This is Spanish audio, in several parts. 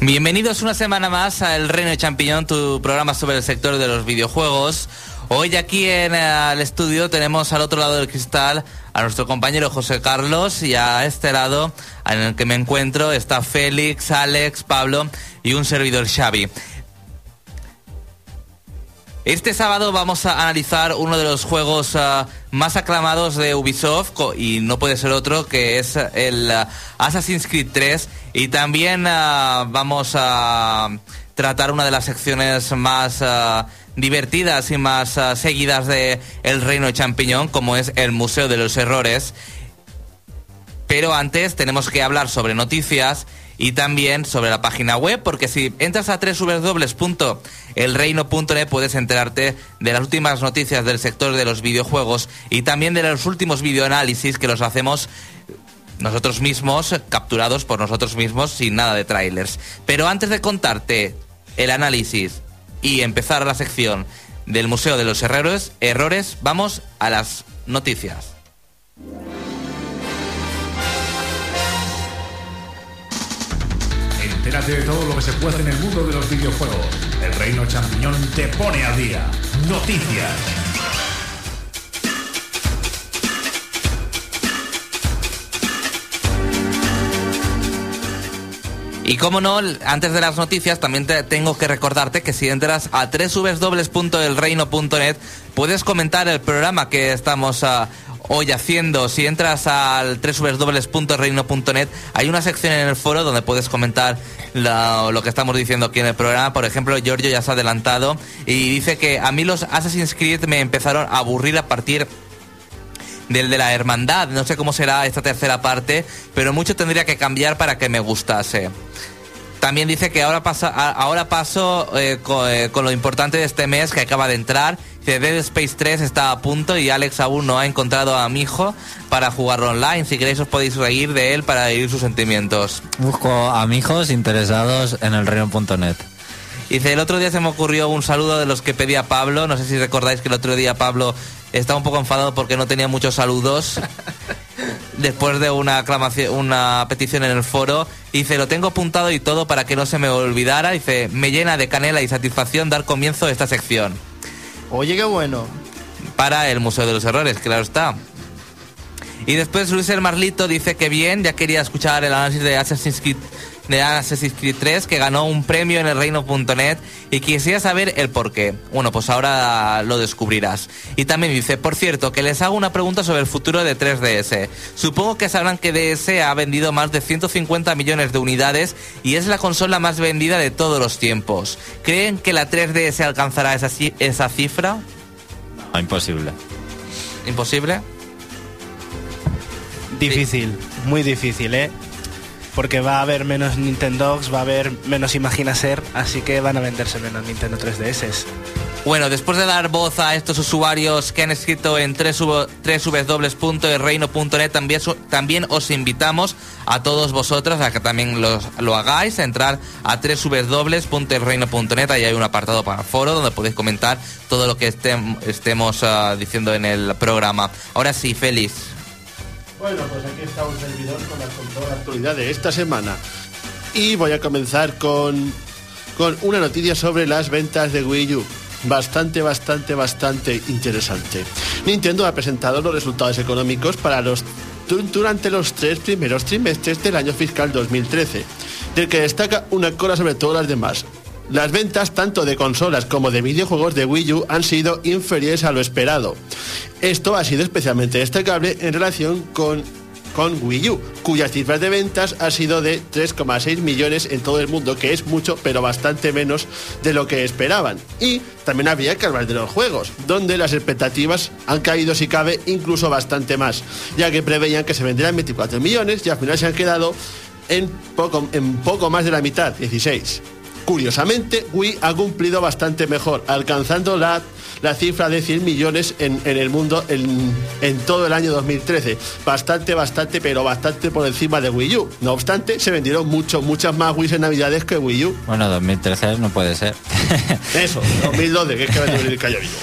Bienvenidos una semana más a El Reino de Champiñón, tu programa sobre el sector de los videojuegos. Hoy aquí en el estudio tenemos al otro lado del cristal a nuestro compañero José Carlos, y a este lado en el que me encuentro está Félix, Alex, Pablo y un servidor, Xavi. Este sábado vamos a analizar uno de los juegos más aclamados de Ubisoft, y no puede ser otro, que es el Assassin's Creed 3, y también vamos a tratar una de las secciones más divertidas y más seguidas de El Reino de Champiñón, como es el Museo de los Errores. Pero antes tenemos que hablar sobre noticias y también sobre la página web, porque si entras a www.elreino.net puedes enterarte de las últimas noticias del sector de los videojuegos y también de los últimos videoanálisis que los hacemos nosotros mismos, capturados por nosotros mismos, sin nada de trailers. Pero antes de contarte el análisis y empezar la sección del Museo de los Errores, vamos a las noticias. Entérate de todo lo que se puede en el mundo de los videojuegos. El Reino Champiñón te pone al día. Noticias. Y como no, antes de las noticias también tengo que recordarte que si entras a www.elreino.net puedes comentar el programa que estamos hoy haciendo. Si entras al www.elreino.net hay una sección en el foro donde puedes comentar lo que estamos diciendo aquí en el programa. Por ejemplo, Giorgio ya se ha adelantado y dice que a mí los Assassin's Creed me empezaron a aburrir a partir del de la hermandad. No sé cómo será esta tercera parte, pero mucho tendría que cambiar para que me gustase. También dice que ahora paso con lo importante de este mes que acaba de entrar. Dead Space 3 está a punto y Alex aún no ha encontrado a mi hijo para jugarlo online. Si queréis os podéis reír de él para vivir sus sentimientos. Busco amigos interesados en elreino.net. Dice, el otro día se me ocurrió un saludo de los que pedía Pablo. No sé si recordáis que el otro día Pablo estaba un poco enfadado porque no tenía muchos saludos después de una petición en el foro. Dice, lo tengo apuntado y todo para que no se me olvidara. Dice, me llena de canela y satisfacción dar comienzo a esta sección. Oye, qué bueno. Para el Museo de los Errores, claro está. Y después Luis el Marlito dice que bien, ya quería escuchar el análisis de Assassin's Creed 3, que ganó un premio en elreino.net, y quisiera saber el por qué. Bueno, pues ahora lo descubrirás. Y también dice, por cierto, que les hago una pregunta sobre el futuro de 3DS. Supongo que sabrán que DS ha vendido más de 150 millones de unidades y es la consola más vendida de todos los tiempos. ¿Creen que la 3DS alcanzará esa cifra? No, imposible. ¿Imposible? Difícil, muy difícil, porque va a haber menos Nintendogs, va a haber menos Imaginaser, así que van a venderse menos Nintendo 3DS. Bueno, después de dar voz a estos usuarios que han escrito en www.elreino.net, también os invitamos a todos vosotros a que también lo hagáis, a entrar a www.elreino.net. Ahí hay un apartado para el foro donde podéis comentar todo lo que estemos diciendo en el programa. Ahora sí, Félix. Bueno, pues aquí está un servidor con toda la actualidad de esta semana. Y voy a comenzar con una noticia sobre las ventas de Wii U. Bastante interesante. Nintendo ha presentado los resultados económicos durante los 3 primeros trimestres del año fiscal 2013, del que destaca una cosa sobre todas las demás. Las ventas tanto de consolas como de videojuegos de Wii U han sido inferiores a lo esperado. Esto ha sido especialmente destacable en relación con Wii U, cuyas cifras de ventas ha sido de 3,6 millones en todo el mundo, que es mucho, pero bastante menos de lo que esperaban. Y también habría que hablar de los juegos, donde las expectativas han caído, si cabe, incluso bastante más, ya que preveían que se vendrían 24 millones y al final se han quedado en poco más de la mitad, 16. Curiosamente, Wii ha cumplido bastante mejor, alcanzando la cifra de 100 millones en el mundo en todo el año 2013. Bastante por encima de Wii U. No obstante, se vendieron muchas más Wii en Navidades que Wii U. Bueno, 2013 no puede ser. Eso, 2012, que es que vendió el callo vivo.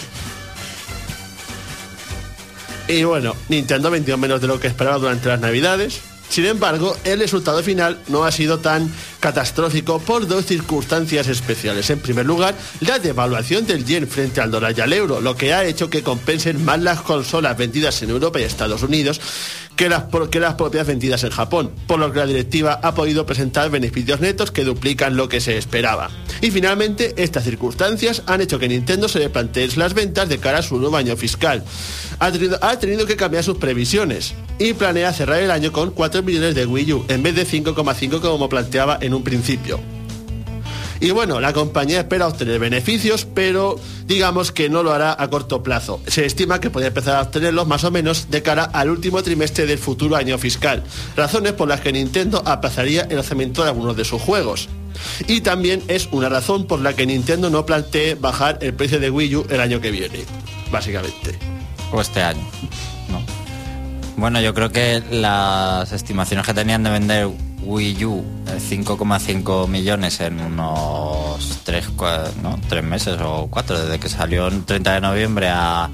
Y bueno, Nintendo vendió menos de lo que esperaba durante las Navidades. Sin embargo, el resultado final no ha sido tan catastrófico por dos circunstancias especiales. En primer lugar, la devaluación del yen frente al dólar y al euro, lo que ha hecho que compensen más las consolas vendidas en Europa y Estados Unidos que las propias vendidas en Japón, por lo que la directiva ha podido presentar beneficios netos que duplican lo que se esperaba. Y finalmente, estas circunstancias han hecho que Nintendo se replantee las ventas de cara a su nuevo año fiscal. Ha tenido que cambiar sus previsiones y planea cerrar el año con 4 millones de Wii U en vez de 5,5 como planteaba en un principio. Y bueno, la compañía espera obtener beneficios, pero digamos que no lo hará a corto plazo. Se estima que podría empezar a obtenerlos más o menos de cara al último trimestre del futuro año fiscal, razones por las que Nintendo aplazaría el lanzamiento de algunos de sus juegos. Y también es una razón por la que Nintendo no plantea bajar el precio de Wii U el año que viene, básicamente. O este año, ¿no? Bueno, yo creo que las estimaciones que tenían de vender Wii U 5,5 millones en unos 3 meses o 4, desde que salió el 30 de noviembre a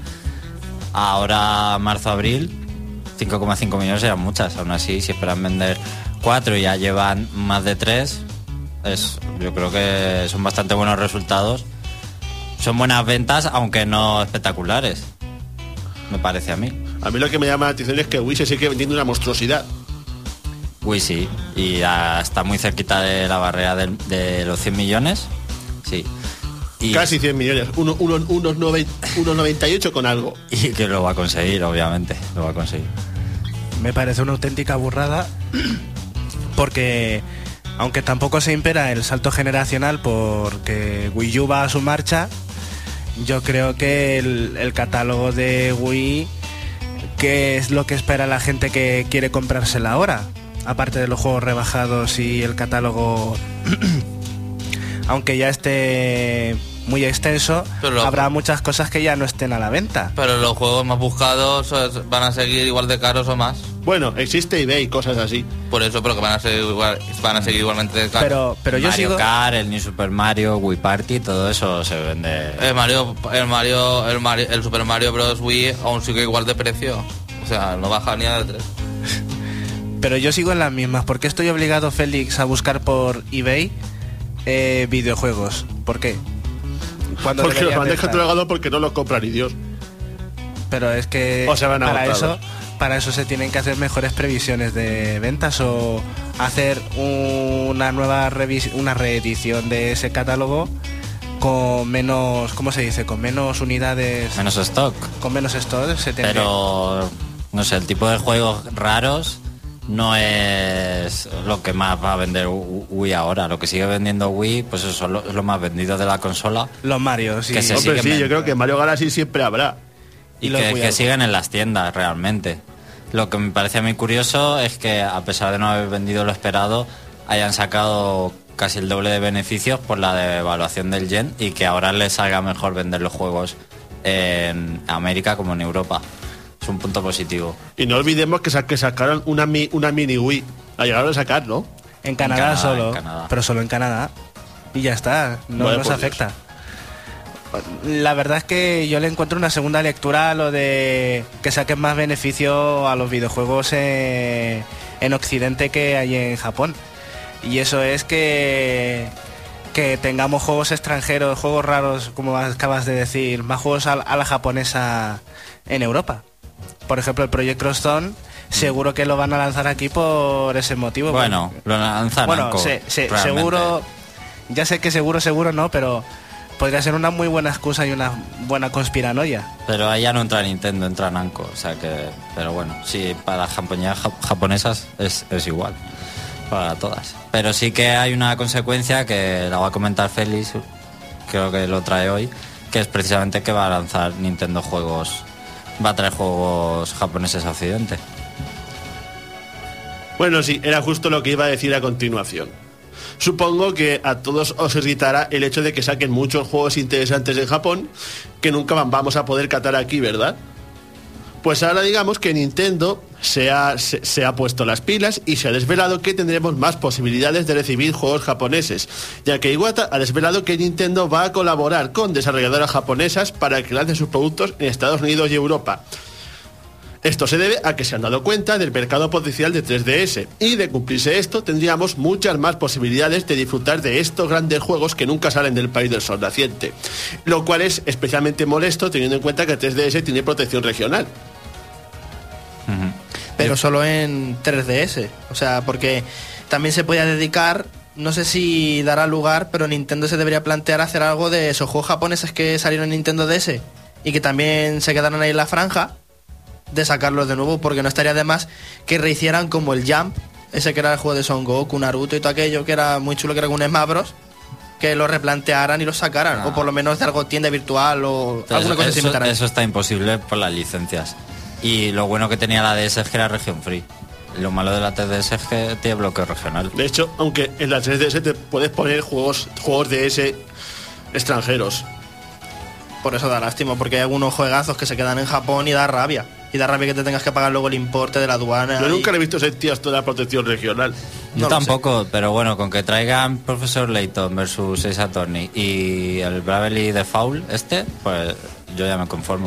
ahora marzo-abril, 5,5 millones eran muchas. Aún así, si esperan vender 4 y ya llevan más de 3, yo creo que son bastante buenos resultados. Son buenas ventas, aunque no espectaculares, me parece a mí. A mí lo que me llama la atención es que Wii se sigue vendiendo una monstruosidad. Wii sí, y ya está muy cerquita de la barrera de los 100 millones. Sí. Y casi 100 millones, unos 98 con algo. Y que lo va a conseguir, obviamente, lo va a conseguir. Me parece una auténtica burrada porque, aunque tampoco se impera el salto generacional porque Wii U va a su marcha, yo creo que el catálogo de Wii, ¿qué es lo que espera la gente que quiere comprársela ahora? Aparte de los juegos rebajados y el catálogo, aunque ya esté muy extenso, habrá muchas cosas que ya no estén a la venta. Pero los juegos más buscados van a seguir igual de caros o más. Bueno, existe eBay y cosas así. Por eso, pero que van a seguir igualmente de caros. Pero yo Mario sigo... Kart, el New Super Mario, Wii Party, todo eso se vende. El Super Mario Bros. Wii aún sigue igual de precio. O sea, no baja ni a de 3. Pero yo sigo en las mismas. ¿Por qué estoy obligado, Félix, a buscar por eBay videojuegos? ¿Por qué? Porque los han descatalogado porque no los compran ni Dios. Pero es que o se van para eso se tienen que hacer mejores previsiones de ventas o hacer una nueva una reedición de ese catálogo con menos, ¿cómo se dice? Con menos unidades. Menos stock. Con menos stock se tendría. Pero no sé, el tipo de juegos raros no es lo que más va a vender Wii ahora. Lo que sigue vendiendo Wii, pues eso es lo más vendido de la consola. Los Mario, sí. Que se Hombre, sí, yo creo que Mario Galaxy siempre habrá. Y que siguen en las tiendas realmente. Lo que me parece a mí curioso es que, a pesar de no haber vendido lo esperado, hayan sacado casi el doble de beneficios por la devaluación del yen y que ahora les salga mejor vender los juegos en América como en Europa. Es un punto positivo. Y no olvidemos que sacaron una mini Wii. La llegaron a sacar, ¿no? En Canadá solo, pero solo en Canadá. Y ya está, no nos afecta. La verdad es que yo le encuentro una segunda lectura a lo de que saquen más beneficio a los videojuegos en Occidente que hay en Japón. Y eso es que tengamos juegos extranjeros, juegos raros, como acabas de decir, más juegos a la japonesa en Europa. Por ejemplo, el Project Cross Zone, seguro que lo van a lanzar aquí por ese motivo. Bueno, lo lanzan. Bueno, seguro, ya sé que seguro no, pero podría ser una muy buena excusa y una buena conspiranoia. Pero allá no entra Nintendo, entra Namco, o sea que... Pero bueno, sí, para las compañías japonesas es igual, para todas. Pero sí que hay una consecuencia que la va a comentar Félix, creo que lo trae hoy, que es precisamente que va a lanzar Nintendo juegos, va a traer juegos japoneses a Occidente. Bueno, sí, era justo lo que iba a decir a continuación. Supongo que a todos os irritará el hecho de que saquen muchos juegos interesantes en Japón que nunca vamos a poder catar aquí, ¿verdad? Pues ahora digamos que Nintendo se ha puesto las pilas y se ha desvelado que tendremos más posibilidades de recibir juegos japoneses, ya que Iwata ha desvelado que Nintendo va a colaborar con desarrolladoras japonesas para que lancen sus productos en Estados Unidos y Europa. Esto se debe a que se han dado cuenta del mercado potencial de 3DS, y de cumplirse esto tendríamos muchas más posibilidades de disfrutar de estos grandes juegos que nunca salen del país del sol naciente, lo cual es especialmente molesto teniendo en cuenta que el 3DS tiene protección regional. Pero solo en 3DS, o sea, porque también se podía dedicar, no sé si dará lugar, pero Nintendo se debería plantear hacer algo de esos juegos japoneses que salieron en Nintendo DS y que también se quedaron ahí en la franja, de sacarlos de nuevo, porque no estaría de más que rehicieran como el Jump, ese que era el juego de Son Goku, Naruto y todo aquello, que era muy chulo, que era con un Smash Bros, que lo replantearan y lo sacaran, o por lo menos de algo tienda virtual o alguna cosa similar. Eso está imposible por las licencias. Y lo bueno que tenía la DS es que era región free. Lo malo de la 3DS es que tiene bloqueo regional. De hecho, aunque en la 3DS te puedes poner juegos DS extranjeros. Por eso da lástima, porque hay algunos juegazos que se quedan en Japón y da rabia. Y da rabia que te tengas que pagar luego el importe de la aduana. Yo nunca le he visto sentir toda la protección regional. Yo tampoco, pero bueno, con que traigan Professor Layton versus Ace Attorney y el Bravely Default pues yo ya me conformo.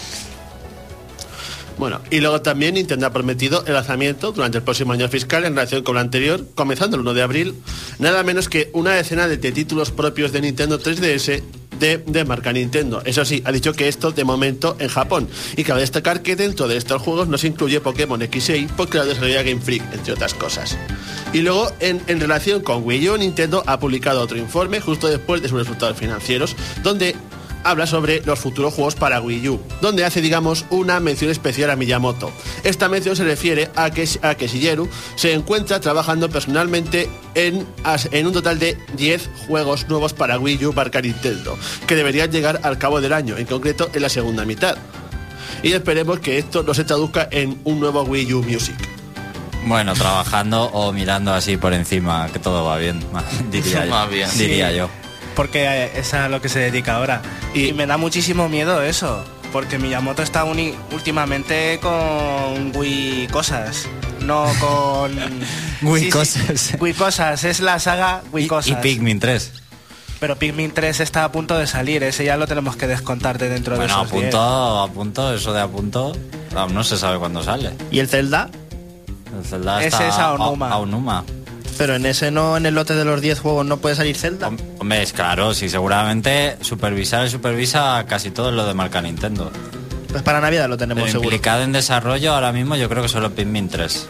Bueno, y luego también Nintendo ha prometido el lanzamiento durante el próximo año fiscal en relación con lo anterior, comenzando el 1 de abril, nada menos que una decena de títulos propios de Nintendo 3DS de marca Nintendo. Eso sí, ha dicho que esto de momento en Japón, y cabe destacar que dentro de estos juegos no se incluye Pokémon X y Y porque la desarrolla Game Freak, entre otras cosas. Y luego, en relación con Wii U, Nintendo ha publicado otro informe justo después de sus resultados financieros, donde habla sobre los futuros juegos para Wii U, donde hace, digamos, una mención especial a Miyamoto. Esta mención se refiere a que Shigeru se encuentra trabajando personalmente en un total de 10 juegos nuevos para Wii U marca Nintendo, que deberían llegar al cabo del año, en concreto en la segunda mitad. Y esperemos que esto no se traduzca en un nuevo Wii U Music. Bueno, trabajando o mirando así por encima, que todo va bien, diría yo. Porque es a lo que se dedica ahora. Y me da muchísimo miedo eso, porque Miyamoto está últimamente con Wii Cosas, no con... Wii Cosas. Wii Cosas, es la saga Wii Cosas. Y Pikmin 3. Pero Pikmin 3 está a punto de salir, ese ya lo tenemos que descontar de dentro de esos 10. Bueno, a punto, eso de a punto, aún no se sabe cuándo sale. ¿Y el Zelda? El Zelda ese está es Aonuma. Pero en ese no, en el lote de los 10 juegos no puede salir Zelda. Hombre, es claro, sí, seguramente supervisa casi todo lo de marca Nintendo. Pues para Navidad lo tenemos seguro. Implicado en desarrollo ahora mismo yo creo que solo Pikmin 3.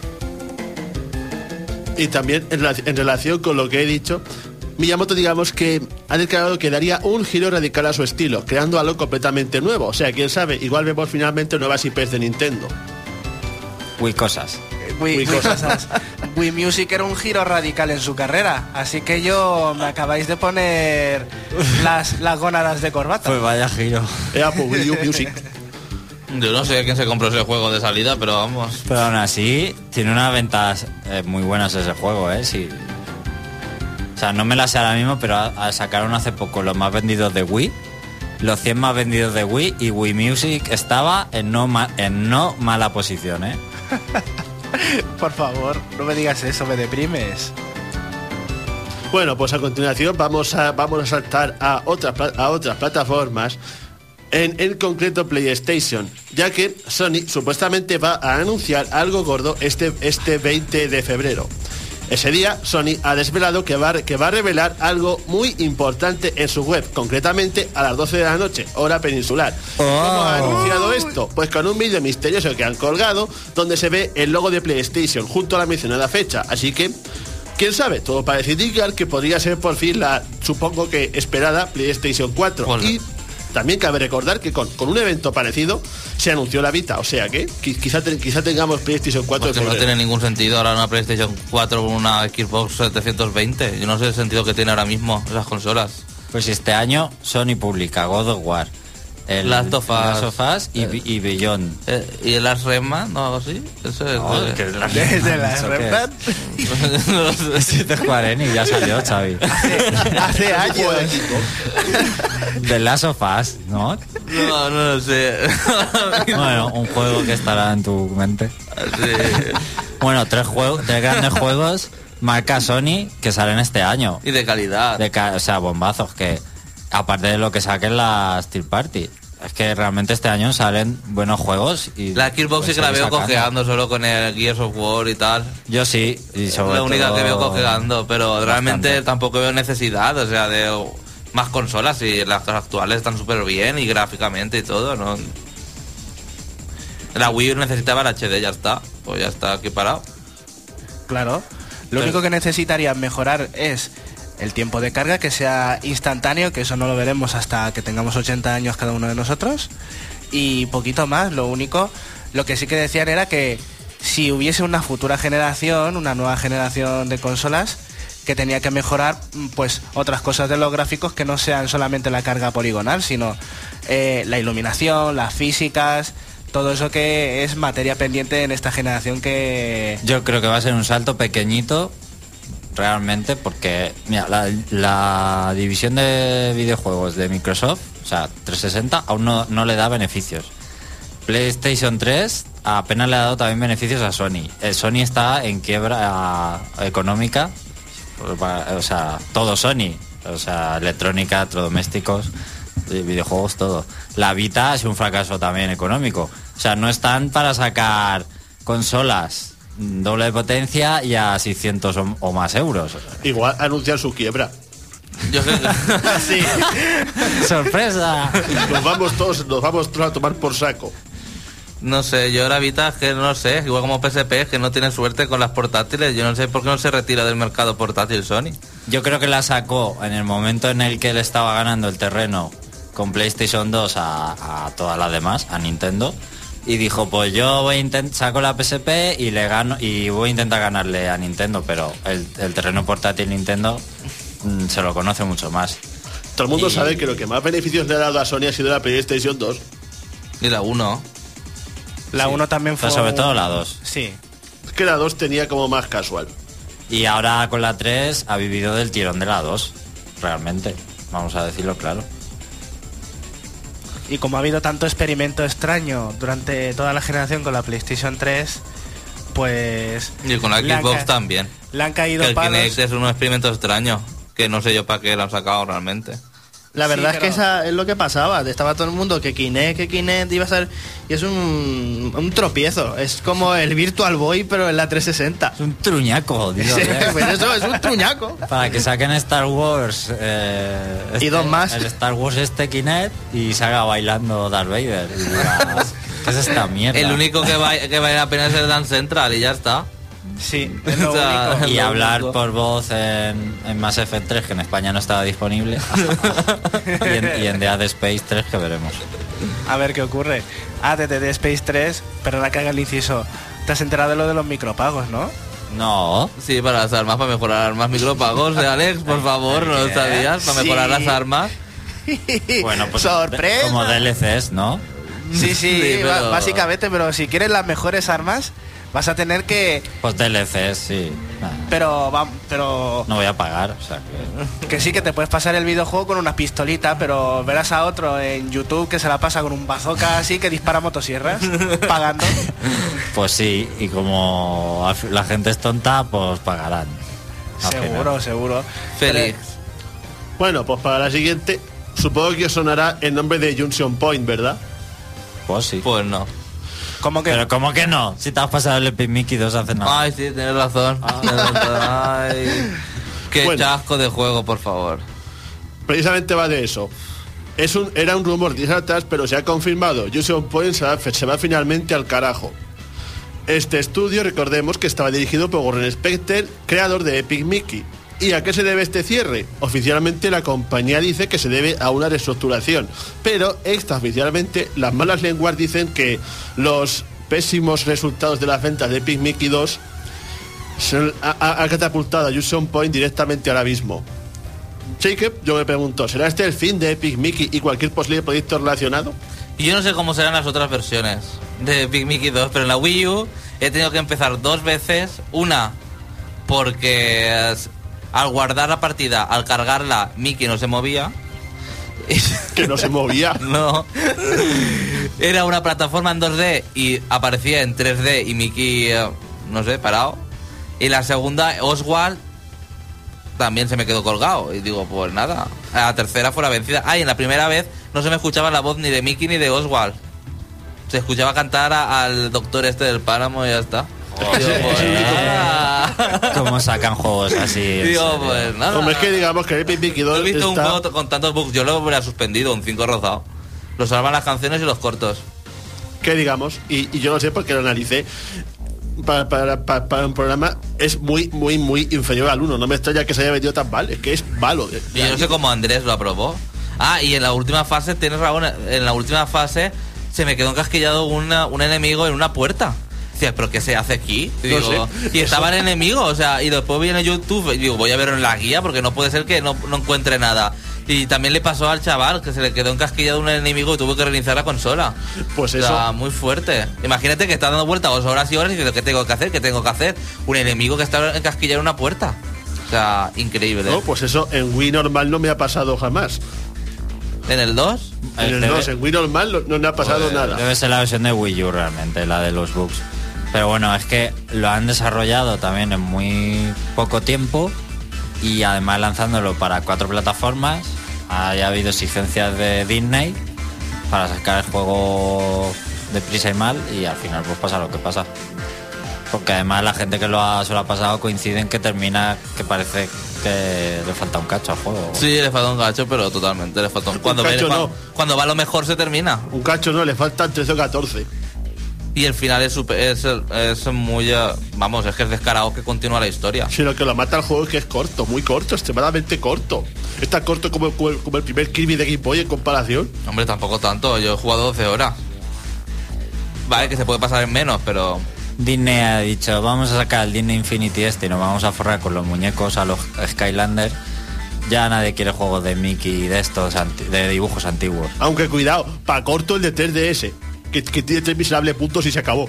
Y también en relación con lo que he dicho, Miyamoto, digamos que ha declarado que daría un giro radical a su estilo, creando algo completamente nuevo. O sea, quién sabe, igual vemos finalmente nuevas IPs de Nintendo. Wii Cosas. Wii Cosas. Wii Music era un giro radical en su carrera, así que me acabáis de poner las gónadas de corbata. Pues vaya giro. Pues Wii U Music. Yo no sé quién se compró ese juego de salida, pero vamos. Pero aún así, tiene unas ventas muy buenas ese juego, sí. O sea, no me la sé ahora mismo, pero sacaron hace poco los más vendidos de Wii, los 100 más vendidos de Wii, y Wii Music estaba en no mala posición, Por favor, no me digas eso, me deprimes. Bueno, pues a continuación vamos a saltar a otras plataformas, en concreto PlayStation, ya que Sony supuestamente va a anunciar algo gordo este 20 de febrero. Ese día, Sony ha desvelado que va a revelar algo muy importante en su web, concretamente a las 12 de la noche, hora peninsular. ¿Cómo ha anunciado esto? Pues con un vídeo misterioso que han colgado, donde se ve el logo de PlayStation junto a la mencionada fecha. Así que, quién sabe, todo parece indicar que podría ser por fin la, supongo que esperada, PlayStation 4. Hola. Y también cabe recordar que con un evento parecido se anunció la Vita, o sea que quizá tengamos PlayStation 4. Porque no tiene ningún sentido ahora una PlayStation 4 o una Xbox 720. Yo no sé el sentido que tiene ahora mismo esas consolas. Pues este año Sony publica God of War, el Last of Us y Beyond. ¿Y el Last Remnant? ¿No? ¿Algo así? Eso es que ¿Desde la Remnant? No sé si te Square Enix ya salió, Xavi. Hace años. The Last of Us, ¿no? No lo sé. Bueno, un juego que estará en tu mente. Sí. Bueno, tres grandes juegos marca Sony que salen este año. Y de calidad. O sea, bombazos que, aparte de lo que saquen las Third Party. Es que realmente este año salen buenos juegos y la Xbox sí que la veo cojeando solo con el Gears of War y tal. Yo sí, y sobre la única que veo cojeando, pero realmente bastante. tampoco veo necesidad, o sea, de más consolas, y las actuales están súper bien y gráficamente y todo, ¿no? La Wii U necesitaba el HD, ya está, pues ya está aquí parado. Claro, lo único que necesitaría mejorar es el tiempo de carga, que sea instantáneo, que eso no lo veremos hasta que tengamos 80 años cada uno de nosotros, y poquito más. Lo que sí que decían era que si hubiese una futura generación, una nueva generación de consolas, que tenía que mejorar pues otras cosas de los gráficos, que no sean solamente la carga poligonal, sino la iluminación, las físicas, todo eso que es materia pendiente en esta generación. Que yo creo que va a ser un salto pequeñito realmente, porque mira, la división de videojuegos de Microsoft, o sea, 360, aún no le da beneficios. PlayStation 3 apenas le ha dado también beneficios a Sony. Sony está en quiebra económica, o sea, todo Sony, o sea, electrónica, electrodomésticos, videojuegos, todo. La Vita es un fracaso también económico. O sea, no están para sacar consolas doble de potencia y a 600 o más euros. Igual anuncian su quiebra. Yo sé que... Sí. ¡Sorpresa! Nos vamos todos a tomar por saco. No sé, yo la Vita es que no sé, igual como PSP, es que no tiene suerte con las portátiles. Yo no sé por qué no se retira del mercado portátil Sony. Yo creo que la sacó en el momento en el que le estaba ganando el terreno con PlayStation 2 a todas las demás, a Nintendo, y dijo, pues yo saco la PSP y le gano, y voy a intentar ganarle a Nintendo, pero el terreno portátil Nintendo se lo conoce mucho más. Todo el mundo sabe que lo que más beneficios le ha dado a Sony ha sido la PlayStation 2. Y la 1. La 1 también fue... Pero sobre todo la 2. Sí. Es que la 2 tenía como más casual. Y ahora con la 3 ha vivido del tirón de la 2, realmente, vamos a decirlo claro. Y como ha habido tanto experimento extraño durante toda la generación con la PlayStation 3, pues... Y con la Xbox también. Le han caído que el palos. Kinect es un experimento extraño, que no sé yo para qué lo han sacado realmente. La verdad Sí, es que pero- esa es lo que pasaba. Estaba todo el mundo que Kinect iba a ser... Y es un tropiezo. Es como el Virtual Boy, pero en la 360. Es un truñaco, digo, Sí, pues eso, es un truñaco. para que saquen Star Wars Y dos más. el Star Wars Kinect y salga bailando Darth Vader y digas, ¿qué es esta mierda? El único que vale la pena es el Dance Central y ya está. Sí, es lo O sea, único. y lo hablar único. por voz en Mass Effect 3, que en España no estaba disponible, y en Dead Space 3, que veremos. A ver qué ocurre. De Dead Space 3, perdona que haga el inciso. Te has enterado de lo de los micropagos, ¿no? No, Sí, para las armas, para mejorar armas micropagos, Alex, por favor, no lo sabías, para mejorar Sí. las armas. bueno, pues ¡Sorpresa! como DLCs, ¿no? Sí, Sí, pero- básicamente, pero si quieres las mejores armas, vas a tener que... Pues DLCs, sí. Nah, Pero no voy a pagar, o sea que sí, que te puedes pasar el videojuego con una pistolita, pero verás a otro en YouTube que se la pasa con un bazooka así, que dispara motosierras, pagando. pues sí, y como la gente es tonta, pues pagarán. Al Seguro, seguro. Félix. Bueno, pues para la siguiente, supongo que os sonará el nombre de Junction Point, ¿verdad? Pues sí. Pues no. ¿Cómo que? Pero ¿cómo que no? Si te has pasado el Epic Mickey 2 hace nada. Ay, sí, tienes razón. Tienes razón. Ay. Qué Bueno. chasco de juego, por favor. Precisamente va de eso. Era un rumor días atrás, pero se ha confirmado. Junction Point se va finalmente al carajo. Este estudio, recordemos que estaba dirigido por Warren Spector, creador de Epic Mickey. ¿Y a qué se debe este cierre? Oficialmente la compañía dice que se debe a una reestructuración, pero extraoficialmente las malas lenguas dicen que los pésimos resultados de las ventas de Epic Mickey 2 ha catapultado a Junction Point directamente al abismo. Jacob, yo me pregunto, ¿será este el fin de Epic Mickey y cualquier posible proyecto relacionado? Y yo no sé cómo serán las otras versiones de Big Mickey 2, pero en la Wii U he tenido que empezar 2 veces. Una, porque al guardar la partida, al cargarla, Mickey no se movía. Que no se movía. No. Era una plataforma en 2D y aparecía en 3D y Mickey, no sé, parado. Y la segunda, Oswald, también se me quedó colgado. Y digo, pues nada. A la tercera fue la vencida. Y en la primera vez no se me escuchaba la voz ni de Mickey ni de Oswald. Se escuchaba cantar al doctor este del páramo y ya está. ¿Cómo sacan juegos así? Digo, pues nada. Hombre, es que digamos que Epic Mickey 2 he visto un está... juego con tantos bugs, yo lo hubiera suspendido, un 5 rozado. Lo salvan las canciones y los cortos. Que digamos, y yo no sé porque lo analicé, para un programa es muy inferior al 1. No me extraña que se haya vendido tan mal, es que es malo. Y yo no sé cómo Andrés lo aprobó. Y en la última fase, tienes razón, en la última fase se me quedó encasquillado un enemigo en una puerta. Decía, ¿pero qué se hace aquí? Y, digo, no sé. Y estaba el enemigo, o sea, y después vi en YouTube y digo, voy a verlo en la guía porque no puede ser que no encuentre nada. Y también le pasó al chaval que se le quedó encasquillado un enemigo y tuvo que reiniciar la consola. Pues eso. O sea, eso. muy fuerte. Imagínate que está dando vueltas 2 horas y horas y dice, ¿qué tengo que hacer? ¿Qué tengo que hacer? Un enemigo que está encasquillado en una puerta. O sea, increíble. No, pues eso en Wii normal no me ha pasado jamás. ¿En el 2? En el 2, en Wii normal no me ha pasado nada. Debe ser la versión de Wii U realmente, la de los bugs. Pero bueno, es que lo han desarrollado también en muy poco tiempo y además lanzándolo para 4 plataformas. Ha habido exigencias de Disney para sacar el juego deprisa y mal y al final pues pasa lo que pasa. Porque además la gente que se lo ha pasado coincide en que termina que parece que le falta un cacho al juego. Sí, le falta un cacho, pero totalmente le falta un cacho. Cuando va lo mejor se termina. Un cacho no, le faltan 13 o 14. Y el final es muy... vamos, es que es descarado que continúa la historia. Sí, lo que lo mata el juego es que es corto, muy corto, extremadamente corto. Es tan corto como el primer Kirby de Game Boy en comparación. Hombre, tampoco tanto, yo he jugado 12 horas. Vale, que se puede pasar en menos, pero... Disney ha dicho, vamos a sacar el Disney Infinity y nos vamos a forrar con los muñecos a los Skylanders. Ya nadie quiere juegos de Mickey de estos de dibujos antiguos. Aunque cuidado, para corto el de 3DS, que tiene 3 miserables puntos y se acabó.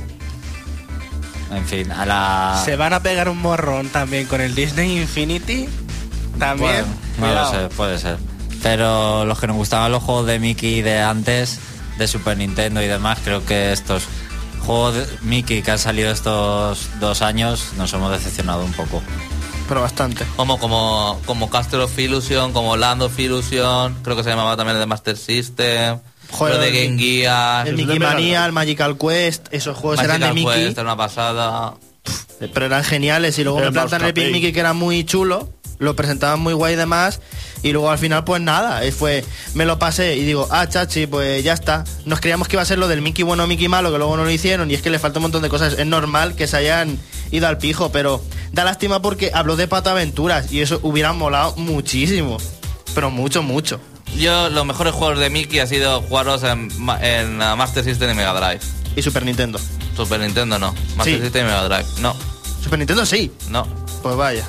En fin, Se van a pegar un morrón también con el Disney Infinity. También. Bueno, no lo sé, puede ser. Pero los que nos gustaban los juegos de Mickey de antes, de Super Nintendo y demás, creo que estos juegos de Mickey que han salido estos 2 años nos hemos decepcionado un poco. Pero bastante. Como Castle of Illusion, como Land of Illusion, creo que se llamaba también el de Master System. Joder, lo de Game Gear, el Mickey Mania, el Magical Quest, esos juegos eran de Mickey. Quest, era una pasada. Pero eran geniales y luego me plantan el Big Mickey que era muy chulo, lo presentaban muy guay y demás, y luego al final pues nada, me lo pasé y digo, chachi, pues ya está. Nos creíamos que iba a ser lo del Mickey bueno, Mickey malo, que luego no lo hicieron, y es que le falta un montón de cosas. Es normal que se hayan ido al pijo, pero da lástima porque habló de Pataventuras y eso hubiera molado muchísimo, pero mucho. Yo los mejores juegos de Mickey ha sido jugarlos en Master System y Mega Drive. ¿Y Super Nintendo? Super Nintendo no. Master System y Mega Drive, no. ¿Super Nintendo sí? No. Pues vaya.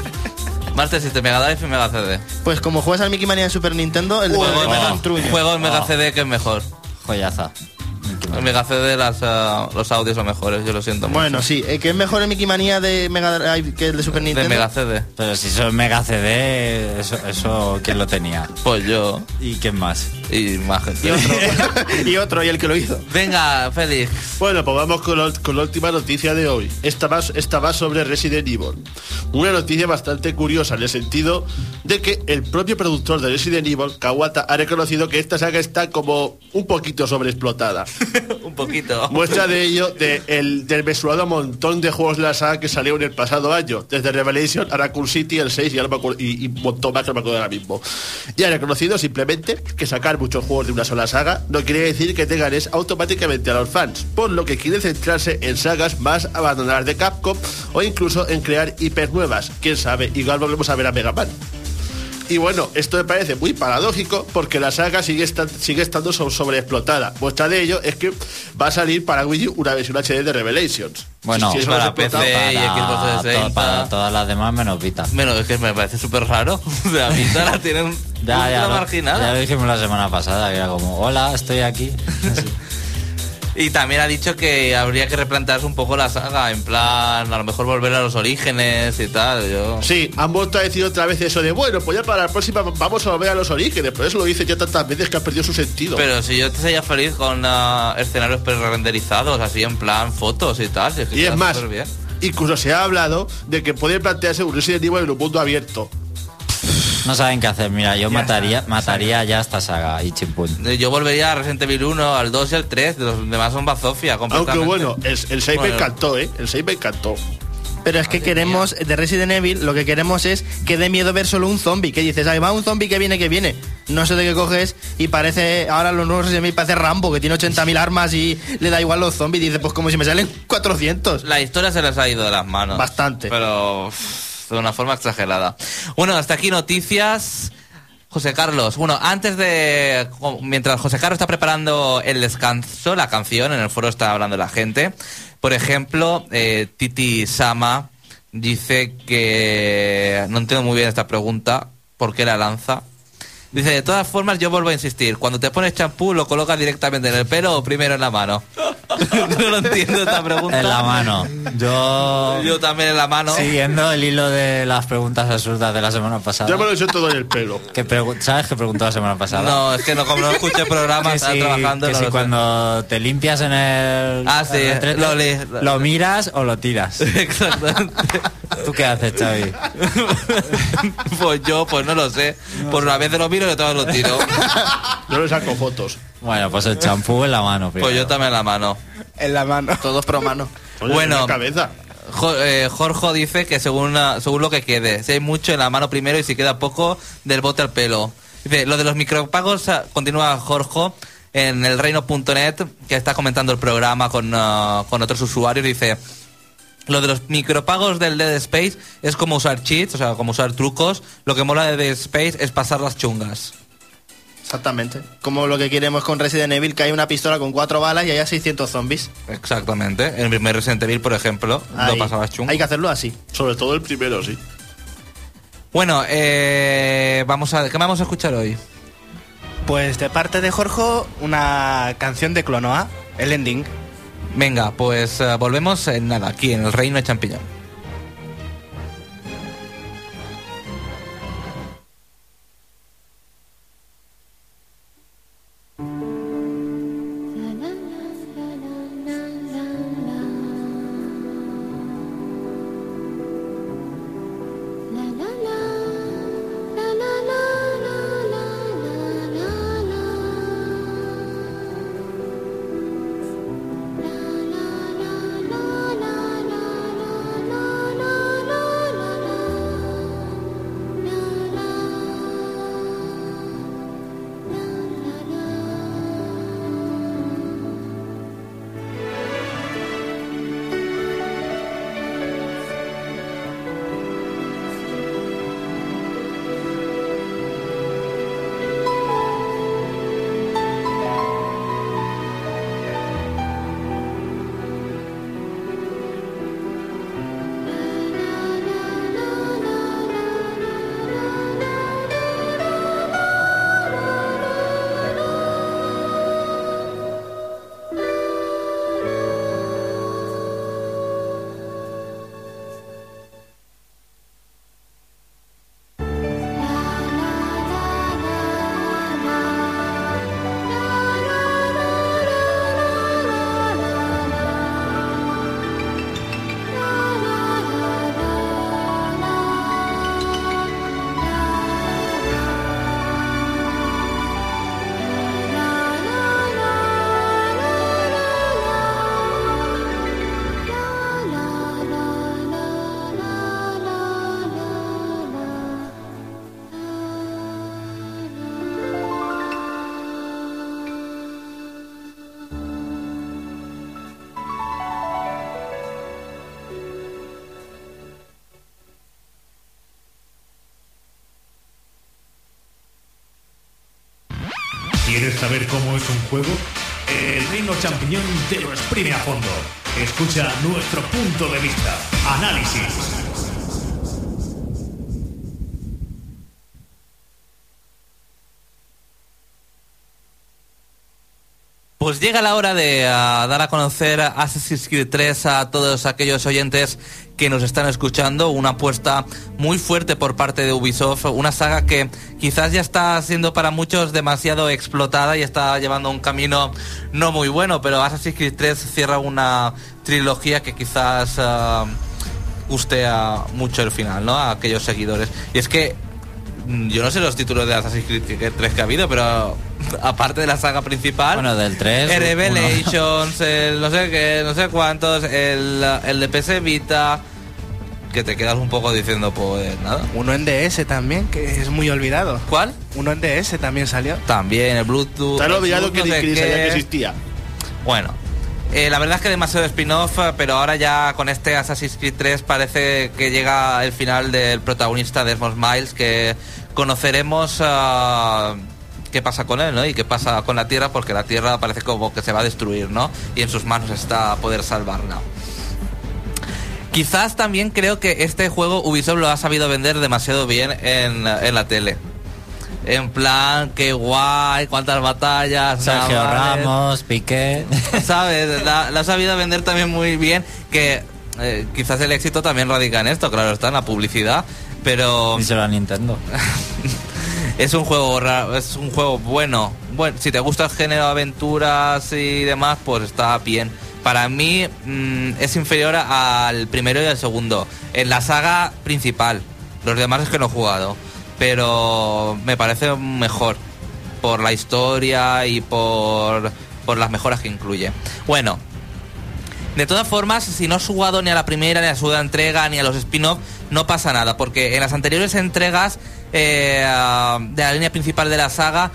Master System, Mega Drive y Mega CD. Pues como juegas al Mickey Mania en Super Nintendo, el de Mega Drive es un truño. Juego en Mega CD que es mejor. Joyaza. El Mega CD los audios son mejores, yo lo siento mucho. Bueno, sí, que es mejor el Mickey Mania de Mega Drive que el de Super Nintendo. De Mega CD. Pero si eso es Mega CD, eso ¿quién lo tenía? Pues yo. ¿Y quién más? Y más gente. Y otro, y el que lo hizo. Venga, Félix. Bueno, pues vamos con la última noticia de hoy. Esta va sobre Resident Evil. Una noticia bastante curiosa en el sentido de que el propio productor de Resident Evil, Kawata, ha reconocido que esta saga está como un poquito sobreexplotada. Un poquito. Muestra de ello del mesurado montón de juegos de la saga que salieron el pasado año, desde Revelation a Raccoon City, el 6 y un montón más que no me acuerdo ahora mismo. Y ha reconocido simplemente que sacar muchos juegos de una sola saga no quiere decir que tengan automáticamente a los fans, por lo que quiere centrarse en sagas más abandonadas de Capcom o incluso en crear IPs nuevas. Quién sabe, igual volvemos a ver a Mega Man. Y bueno, esto me parece muy paradójico porque la saga sigue estando sobreexplotada. Muestra de ello es que va a salir para Wii U una versión HD de Revelations. Bueno, si para PC y Xbox 360. Para todas las demás menos Vita. Menos, es que me parece súper raro. O sea, Vita la tienen ya marginada. Ya lo dijimos la semana pasada, que era como, hola, estoy aquí. Y también ha dicho que habría que replantearse un poco la saga, en plan, a lo mejor volver a los orígenes y tal. Sí, han vuelto a decir otra vez eso de, bueno, pues ya para la próxima vamos a volver a los orígenes, pero eso lo dice ya tantas veces que ha perdido su sentido. Pero si yo te sería feliz con escenarios pre-renderizados, así en plan fotos y tal. Y es más, incluso se ha hablado de que puede plantearse un Resident Evil en un mundo abierto. No saben qué hacer. Mira, yo mataría ya esta saga y chimpún. Yo volvería a Resident Evil 1, al 2 y al 3. Los demás son bazofia. Aunque bueno, el 6 me encantó, ¿eh? El 6 me encantó. Pero es que queremos, de Resident Evil, lo que queremos es que dé miedo ver solo un zombie. Que dices, ahí va un zombie que viene. No sé de qué coges y parece, ahora los nuevos Resident Evil parece Rambo, que tiene 80.000 armas y le da igual los zombies. Dice, pues como si me salen 400. La historia se les ha ido de las manos. Bastante. Pero de una forma exagerada. Bueno, hasta aquí noticias. José Carlos, bueno, mientras José Carlos está preparando el descanso, la canción, en el foro está hablando la gente. Por ejemplo, Titi Sama dice que no entiendo muy bien esta pregunta, ¿por qué la lanza? Dice, de todas formas, yo vuelvo a insistir, cuando te pones champú, ¿lo colocas directamente en el pelo o primero en la mano? No lo entiendo esta pregunta. En la mano. Yo también en la mano. Siguiendo el hilo de las preguntas absurdas de la semana pasada. Yo me lo he hecho todo en el pelo. ¿Sabes qué preguntó la semana pasada? No, es que como no escuché programas, estaba trabajando. Que no si lo cuando te limpias en el... ¿Lo miras o lo tiras? Exactamente. ¿Tú qué haces, Xavi? Pues no lo sé. Por una vez lo miro y otra vez lo tiro. Yo le saco fotos. Bueno, pues el champú en la mano primero. Pues yo también en la mano. En la mano. Todos pro mano. Oye, bueno, en la cabeza. Jorge dice que según lo que quede. Si hay mucho en la mano primero y si queda poco, del bote al pelo. Dice, lo de los micropagos, continúa Jorge en elreino.net, que está comentando el programa con otros usuarios. Dice, lo de los micropagos del Dead Space es como usar cheats, o sea, como usar trucos. Lo que mola de Dead Space es pasar las chungas. Exactamente. Como lo que queremos con Resident Evil, que hay una pistola con 4 balas y haya 600 zombies. Exactamente. En el primer Resident Evil, por ejemplo, lo pasabas chungo. Hay que hacerlo así. Sobre todo el primero, sí. Bueno, ¿qué vamos a escuchar hoy? Pues de parte de Jorge, una canción de Clonoa, el ending. Venga, pues volvemos en nada, aquí en el Reino de Champiñón. ¿Quieres saber cómo es un juego? El Reino Champiñón te lo exprime a fondo. Escucha nuestro punto de vista. Análisis. Pues llega la hora de dar a conocer Assassin's Creed 3 a todos aquellos oyentes que nos están escuchando. Una apuesta muy fuerte por parte de Ubisoft, una saga que quizás ya está siendo para muchos demasiado explotada y está llevando un camino no muy bueno, pero Assassin's Creed 3 cierra una trilogía que quizás guste a mucho el final, ¿no? A aquellos seguidores. Y es que Yo no sé los títulos de Assassin's Creed 3 que ha habido, pero aparte de la saga principal, bueno, del 3, Revelations, el no sé qué, no sé cuántos, el de PS Vita, que te quedas un poco diciendo, pues nada. Uno en DS también, que es muy olvidado. ¿Cuál? Uno en DS también salió. También, el Bluetooth. Te han olvidado que no sé sabía que existía. Bueno, la verdad es que demasiado spin-off, pero ahora ya con este Assassin's Creed 3 parece que llega el final del protagonista Desmond Miles, que conoceremos qué pasa con él, ¿no? Y qué pasa con la Tierra, porque la Tierra parece como que se va a destruir, ¿no? Y en sus manos está poder salvarla. Quizás también creo que este juego Ubisoft lo ha sabido vender demasiado bien en la tele. En plan, qué guay, cuántas batallas. Sergio Ramos, Piqué. ¿Sabes? La ha sabido vender también muy bien, que quizás el éxito también radica en esto, claro, está en la publicidad, pero... Díselo a Nintendo. Es un juego raro, es un juego bueno. Bueno, si te gusta el género de aventuras y demás, pues está bien. Para mí es inferior al primero y al segundo. En la saga principal. Los demás es que no he jugado. Pero me parece mejor por la historia y por las mejoras que incluye. Bueno, de todas formas, si no has jugado ni a la primera, ni a la segunda entrega, ni a los spin-off, no pasa nada, porque en las anteriores entregas de la línea principal de la saga,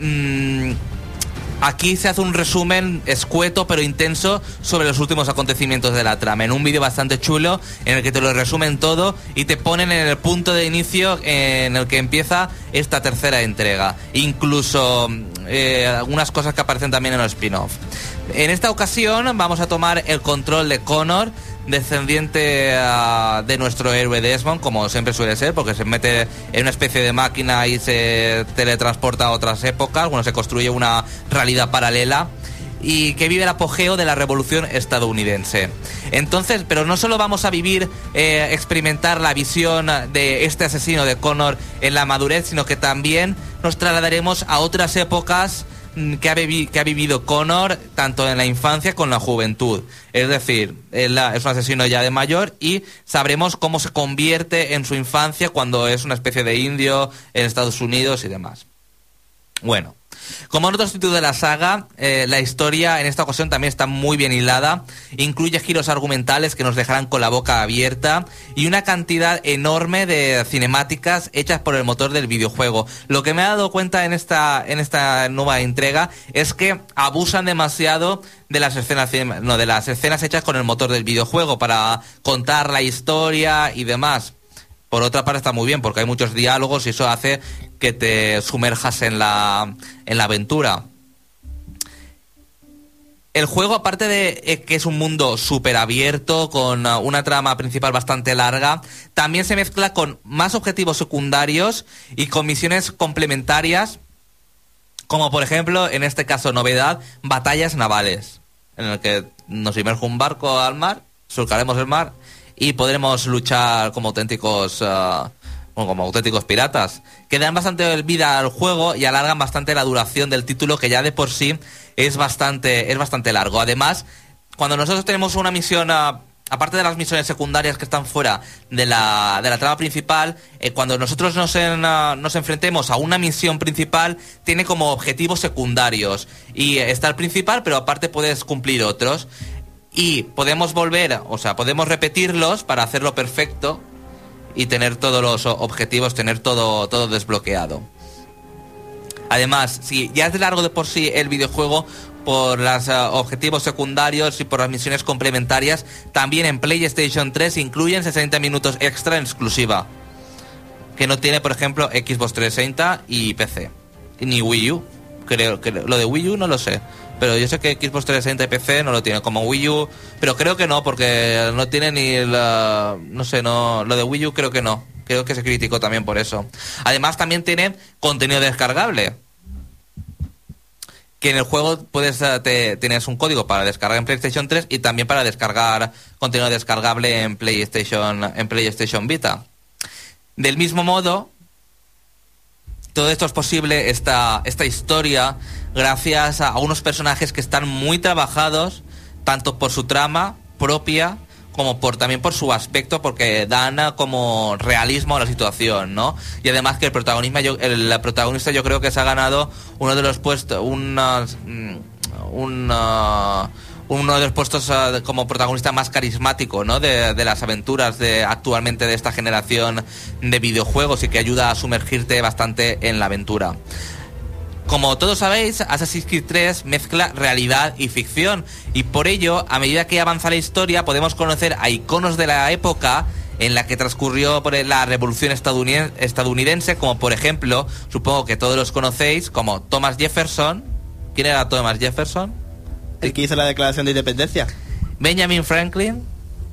aquí se hace un resumen escueto pero intenso sobre los últimos acontecimientos de la trama, en un vídeo bastante chulo en el que te lo resumen todo y te ponen en el punto de inicio en el que empieza esta tercera entrega, incluso algunas cosas que aparecen también en los spin-off. En esta ocasión vamos a tomar el control de Connor, descendiente de nuestro héroe Desmond, como siempre suele ser, porque se mete en una especie de máquina y se teletransporta a otras épocas. Bueno, se construye una realidad paralela y que vive el apogeo de la revolución estadounidense. Entonces, pero no solo vamos a vivir, experimentar la visión de este asesino de Connor en la madurez, sino que también nos trasladaremos a otras épocas que ha vivido Connor, tanto en la infancia como en la juventud. Es decir, es un asesino ya de mayor y sabremos cómo se convierte en su infancia cuando es una especie de indio en Estados Unidos y demás. Bueno, como en otros títulos de la saga, la historia en esta ocasión también está muy bien hilada, incluye giros argumentales que nos dejarán con la boca abierta y una cantidad enorme de cinemáticas hechas por el motor del videojuego. Lo que me he dado cuenta en esta nueva entrega es que abusan demasiado de las escenas hechas con el motor del videojuego para contar la historia y demás. Por otra parte está muy bien porque hay muchos diálogos y eso hace que te sumerjas en la aventura. El juego, aparte de que es un mundo súper abierto, con una trama principal bastante larga, también se mezcla con más objetivos secundarios y con misiones complementarias, como por ejemplo, en este caso novedad, batallas navales, en el que nos inmerge un barco al mar, surcaremos el mar y podremos luchar como auténticos piratas, que dan bastante vida al juego y alargan bastante la duración del título, que ya de por sí es bastante largo. Además, cuando nosotros tenemos una misión, aparte de las misiones secundarias que están fuera de la trama principal, cuando nosotros nos enfrentemos a una misión principal, tiene como objetivos secundarios y está el principal, pero aparte puedes cumplir otros. Y podemos podemos repetirlos para hacerlo perfecto y tener todos los objetivos, tener todo desbloqueado. Además, si ya es de largo de por sí el videojuego, por los objetivos secundarios y por las misiones complementarias, también en PlayStation 3 incluyen 60 minutos extra en exclusiva, que no tiene, por ejemplo, Xbox 360 y PC, ni Wii U. Creo que lo de Wii U no lo sé, pero yo sé que Xbox 360 y PC no lo tiene, como Wii U, pero creo que no, porque no tiene ni lo de Wii U creo que no, creo que se criticó también por eso. Además también tiene contenido descargable, que en el juego tienes un código para descargar en PlayStation 3 y también para descargar contenido descargable en PlayStation Vita. Del mismo modo, todo esto es posible, esta historia, gracias a unos personajes que están muy trabajados, tanto por su trama propia como también por su aspecto, porque dan como realismo a la situación, ¿no? Y además que el protagonista yo creo que se ha ganado uno de los puestos, uno de los puestos como protagonista más carismático, ¿no? de las aventuras actualmente de esta generación de videojuegos, y que ayuda a sumergirte bastante en la aventura. Como todos sabéis, Assassin's Creed 3 mezcla realidad y ficción, y por ello, a medida que avanza la historia, podemos conocer a iconos de la época en la que transcurrió por la revolución estadounidense, como por ejemplo, supongo que todos los conocéis, como Thomas Jefferson. ¿Quién era Thomas Jefferson? El que hizo la Declaración de Independencia. Benjamin Franklin.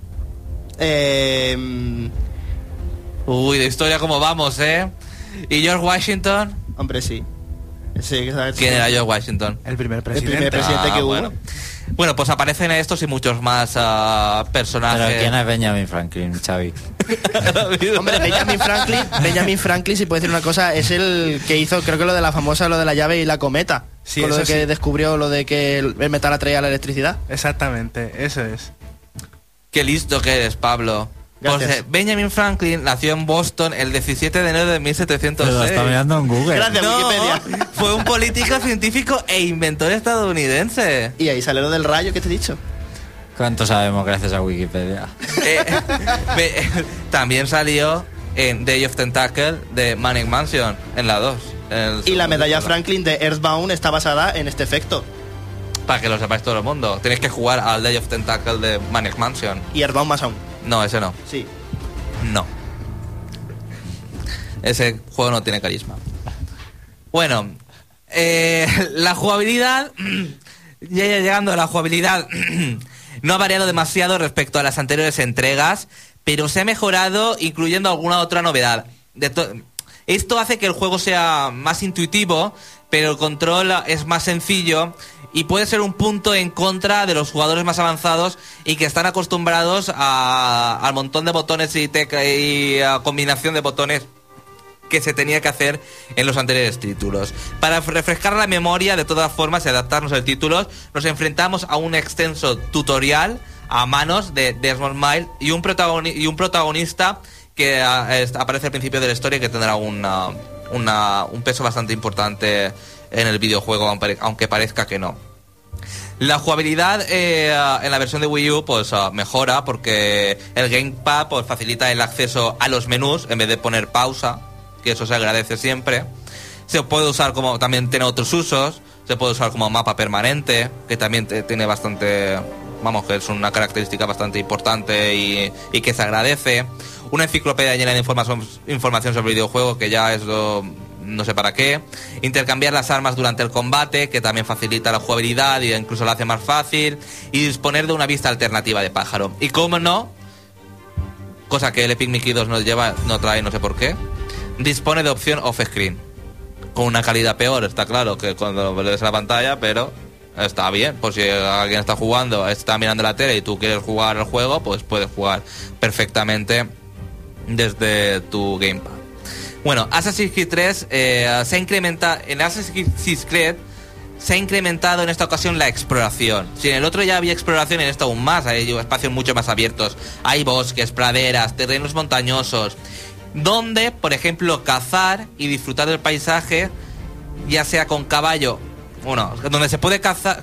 Uy, de historia como vamos, ¿eh? ¿Y George Washington? Hombre, sí. ¿Quién era George Washington? El primer presidente. El primer presidente que hubo. Bueno, pues aparecen estos y muchos más personajes. ¿Pero quién es Benjamin Franklin, Xavi? Hombre, Benjamin Franklin, si puedo decir una cosa, es el que hizo, creo que lo de la llave y la cometa. Sí, con lo de que sí. descubrió lo de que el metal atraía la electricidad. Exactamente, eso es. Qué listo que eres, Pablo. Pues, Benjamin Franklin nació en Boston el 17 de enero de 1706. Pero lo está mirando en Google. Gracias, Wikipedia. Fue un político, científico e inventor estadounidense. Y ahí sale lo del rayo que te he dicho. ¿Cuánto sabemos gracias a Wikipedia? También salió en Day of Tentacle de Maniac Mansion, en la 2. Y la medalla Franklin de Earthbound está basada en este efecto. Para que lo sepáis todo el mundo. Tenéis que jugar al Day of Tentacle de Maniac Mansion. Y Earthbound más aún. No, ese no. Sí. No. Ese juego no tiene carisma. Bueno, la jugabilidad... ya llegando a la jugabilidad... no ha variado demasiado respecto a las anteriores entregas, pero se ha mejorado incluyendo alguna otra novedad. Esto hace que el juego sea más intuitivo, pero el control es más sencillo y puede ser un punto en contra de los jugadores más avanzados y que están acostumbrados al montón de botones y a combinación de botones que se tenía que hacer en los anteriores títulos. Para refrescar la memoria, de todas formas, y adaptarnos al título, nos enfrentamos a un extenso tutorial a manos de Desmond Miles y un protagonista que aparece al principio de la historia y que tendrá un peso bastante importante en el videojuego, aunque parezca que no. La jugabilidad en la versión de Wii U pues mejora, porque el Gamepad pues facilita el acceso a los menús en vez de poner pausa, que eso se agradece siempre. Se puede usar como, también tiene otros usos, se puede usar como mapa permanente, que también tiene bastante, vamos, que es una característica bastante importante y que se agradece. Una enciclopedia llena de información sobre el videojuego, que ya es no sé para qué. Intercambiar las armas durante el combate, que también facilita la jugabilidad e incluso la hace más fácil. Y disponer de una vista alternativa de pájaro. Y cómo no, cosa que el Epic Mickey 2 no trae, no sé por qué, dispone de opción off-screen. Con una calidad peor, está claro, que cuando ves la pantalla, pero está bien. Pues si alguien está jugando, está mirando la tele y tú quieres jugar el juego, pues puedes jugar perfectamente desde tu Gamepad. Bueno, Assassin's Creed 3 se incrementa. En Assassin's Creed se ha incrementado en esta ocasión la exploración. Si en el otro ya había exploración, en esto aún más. Hay espacios mucho más abiertos. Hay bosques, praderas, terrenos montañosos, donde, por ejemplo, cazar y disfrutar del paisaje, ya sea con caballo, bueno, donde se puede cazar,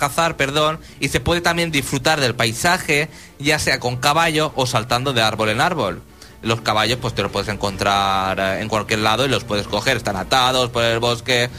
y se puede también disfrutar del paisaje, ya sea con caballo o saltando de árbol en árbol. Los caballos pues te los puedes encontrar en cualquier lado y los puedes coger, están atados por el bosque,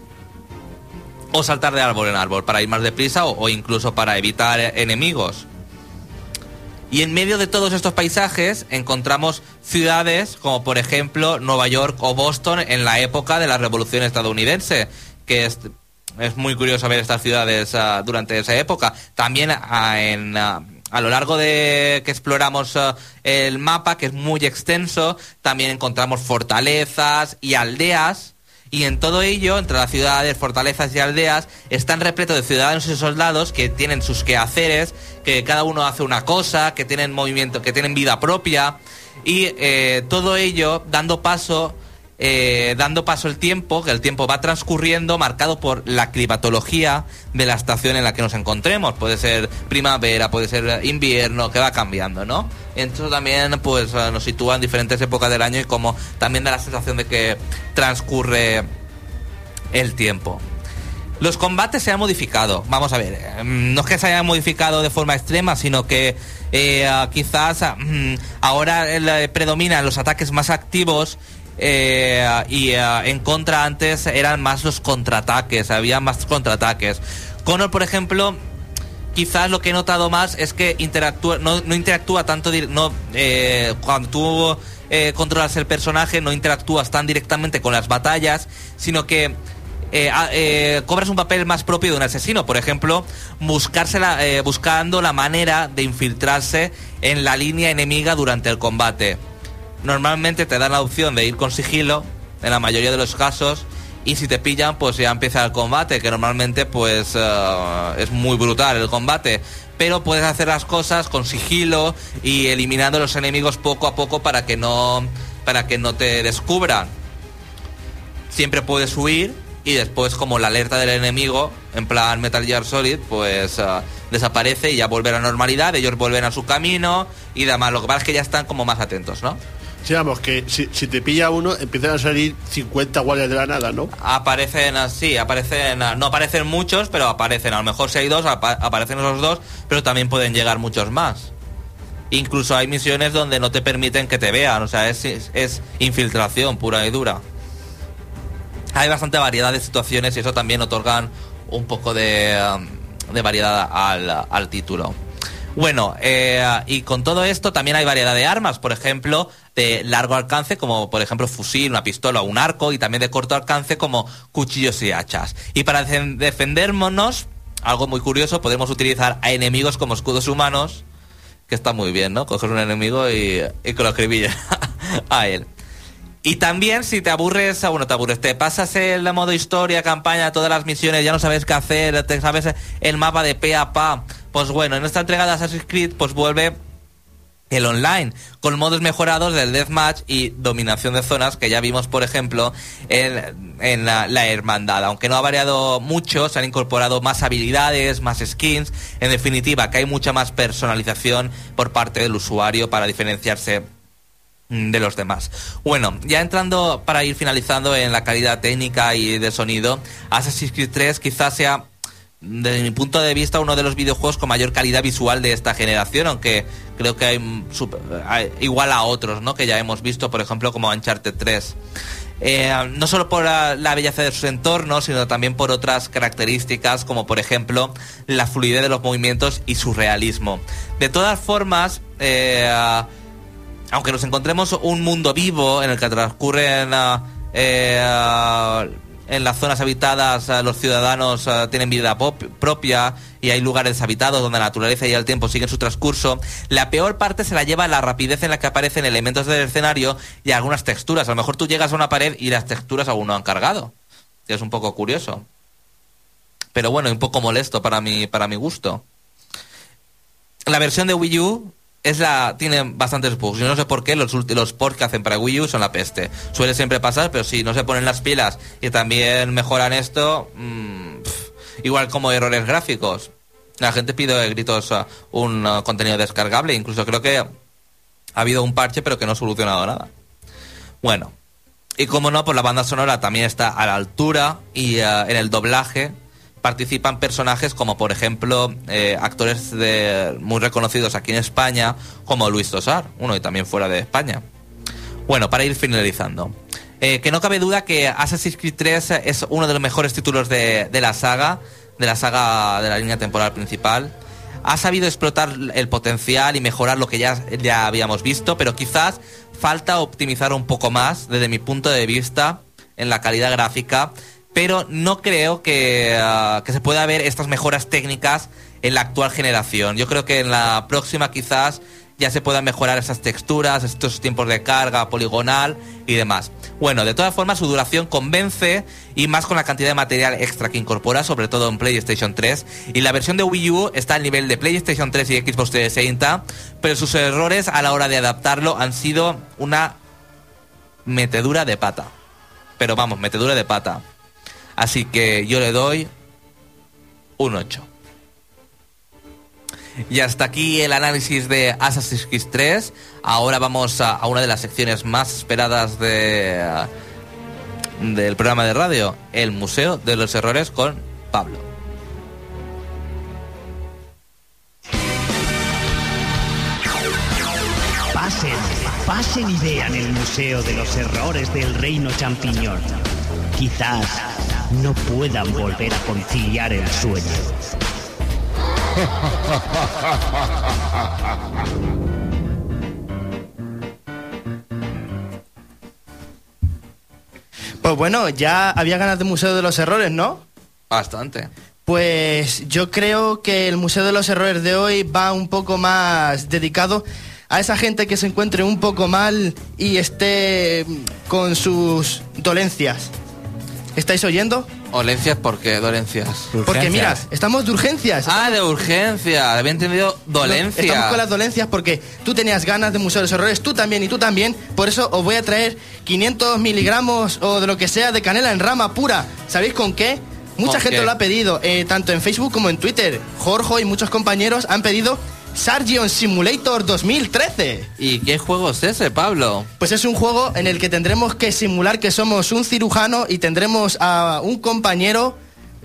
o saltar de árbol en árbol para ir más deprisa o incluso para evitar enemigos. Y en medio de todos estos paisajes encontramos ciudades como por ejemplo Nueva York o Boston en la época de la Revolución Estadounidense, que es muy curioso ver estas ciudades durante esa época. También a lo largo de que exploramos el mapa, que es muy extenso, también encontramos fortalezas y aldeas. Y en todo ello, entre las ciudades, fortalezas y aldeas, están repletos de ciudadanos y soldados que tienen sus quehaceres, que cada uno hace una cosa, que tienen movimiento, que tienen vida propia, y todo ello dando paso dando paso al tiempo, que el tiempo va transcurriendo marcado por la climatología de la estación en la que nos encontremos. Puede ser primavera, puede ser invierno, que va cambiando, ¿no? Entonces también pues nos sitúa en diferentes épocas del año y como también da la sensación de que transcurre el tiempo. Los combates se han modificado. Vamos a ver, no es que se hayan modificado de forma extrema, sino que quizás ahora predominan los ataques más activos y en contra antes eran más los contraataques, había más contraataques. Connor, por ejemplo, quizás lo que he notado más es que no interactúa tanto, cuando tú controlas el personaje no interactúas tan directamente con las batallas, sino que cobras un papel más propio de un asesino, por ejemplo, buscando la manera de infiltrarse en la línea enemiga durante el combate. Normalmente te dan la opción de ir con sigilo, en la mayoría de los casos, y si te pillan, pues ya empieza el combate, que normalmente pues es muy brutal el combate, pero puedes hacer las cosas con sigilo y eliminando a los enemigos poco a poco para que no te descubran. Siempre puedes huir y después, como la alerta del enemigo, en plan Metal Gear Solid, pues desaparece y ya vuelve a la normalidad, ellos vuelven a su camino y demás. Lo que pasa es que ya están como más atentos, ¿no? Sí, vamos, que si te pilla uno, empiezan a salir 50 guardias de la nada, ¿no? Aparecen, no aparecen muchos, pero aparecen. A lo mejor si hay dos, aparecen esos dos, pero también pueden llegar muchos más. Incluso hay misiones donde no te permiten que te vean, o sea, es infiltración pura y dura. Hay bastante variedad de situaciones y eso también otorgan un poco de variedad al título. Bueno, y con todo esto también hay variedad de armas, por ejemplo, de largo alcance, como por ejemplo fusil, una pistola o un arco, y también de corto alcance como cuchillos y hachas. Y para defendernos, algo muy curioso, podemos utilizar a enemigos como escudos humanos, que está muy bien, ¿no? Coger un enemigo y que lo acribille a él. Y también si te pasas el modo historia, campaña, todas las misiones, ya no sabes qué hacer, te sabes el mapa de pe a pa, pues bueno, en esta entrega de Assassin's Creed pues vuelve el online, con modos mejorados del deathmatch y dominación de zonas que ya vimos, por ejemplo, en la Hermandad. Aunque no ha variado mucho, se han incorporado más habilidades, más skins, en definitiva que hay mucha más personalización por parte del usuario para diferenciarse de los demás. Bueno, ya entrando para ir finalizando en la calidad técnica y de sonido, Assassin's Creed 3 quizás sea, desde mi punto de vista, uno de los videojuegos con mayor calidad visual de esta generación, aunque creo que hay igual a otros, ¿no?, que ya hemos visto, por ejemplo, como Uncharted 3. No solo por la belleza de sus entornos, sino también por otras características, como por ejemplo la fluidez de los movimientos y su realismo. De todas formas, aunque nos encontremos un mundo vivo en el que transcurren en las zonas habitadas, los ciudadanos tienen vida propia y hay lugares habitados donde la naturaleza y el tiempo siguen su transcurso, la peor parte se la lleva la rapidez en la que aparecen elementos del escenario y algunas texturas. A lo mejor tú llegas a una pared y las texturas aún no han cargado, que es un poco curioso, pero bueno, un poco molesto para mi gusto. La versión de Wii U tiene bastantes bugs. Yo no sé por qué los ports que hacen para Wii U son la peste. Suele siempre pasar, pero si no se ponen las pilas y también mejoran esto, igual como errores gráficos. La gente pide de gritos un contenido descargable. Incluso creo que ha habido un parche, pero que no ha solucionado nada. Bueno, y como no, pues la banda sonora también está a la altura y en el doblaje participan personajes como, por ejemplo, actores muy reconocidos aquí en España, como Luis Tosar, uno y también fuera de España. Bueno, para ir finalizando, que no cabe duda que Assassin's Creed 3 es uno de los mejores títulos de la saga de la línea temporal principal. Ha sabido explotar el potencial y mejorar lo que ya habíamos visto, pero quizás falta optimizar un poco más, desde mi punto de vista, en la calidad gráfica. Pero no creo que se pueda ver estas mejoras técnicas en la actual generación. Yo creo que en la próxima quizás ya se puedan mejorar esas texturas, estos tiempos de carga poligonal y demás. Bueno, de todas formas su duración convence, y más con la cantidad de material extra que incorpora, sobre todo en PlayStation 3. Y la versión de Wii U está al nivel de PlayStation 3 y Xbox 360, pero sus errores a la hora de adaptarlo han sido una metedura de pata. pero vamos, metedura de pata. Así que yo le doy un 8. Y hasta aquí el análisis de Assassin's Creed 3. Ahora vamos a una de las secciones más esperadas del programa de radio, el Museo de los Errores con Pablo. Pasen y vean el Museo de los Errores del Reino Champiñón. Quizás no puedan volver a conciliar el sueño. Pues bueno, ya había ganas de Museo de los Errores, ¿no? Bastante. Pues yo creo que el Museo de los Errores de hoy va un poco más dedicado a esa gente que se encuentre un poco mal y esté con sus dolencias. ¿Estáis oyendo? ¿Dolencias? ¿Por qué dolencias? Porque mira, estamos de urgencias. De urgencia. Había entendido dolencias. Estamos con las dolencias porque tú tenías ganas de Museo de los Errores, tú también y tú también. Por eso os voy a traer 500 miligramos o de lo que sea de canela en rama pura. ¿Sabéis con qué? Mucha gente lo ha pedido, tanto en Facebook como en Twitter. Jorge y muchos compañeros han pedido Surgeon Simulator 2013. ¿Y qué juego es ese, Pablo? Pues es un juego en el que tendremos que simular que somos un cirujano y tendremos a un compañero,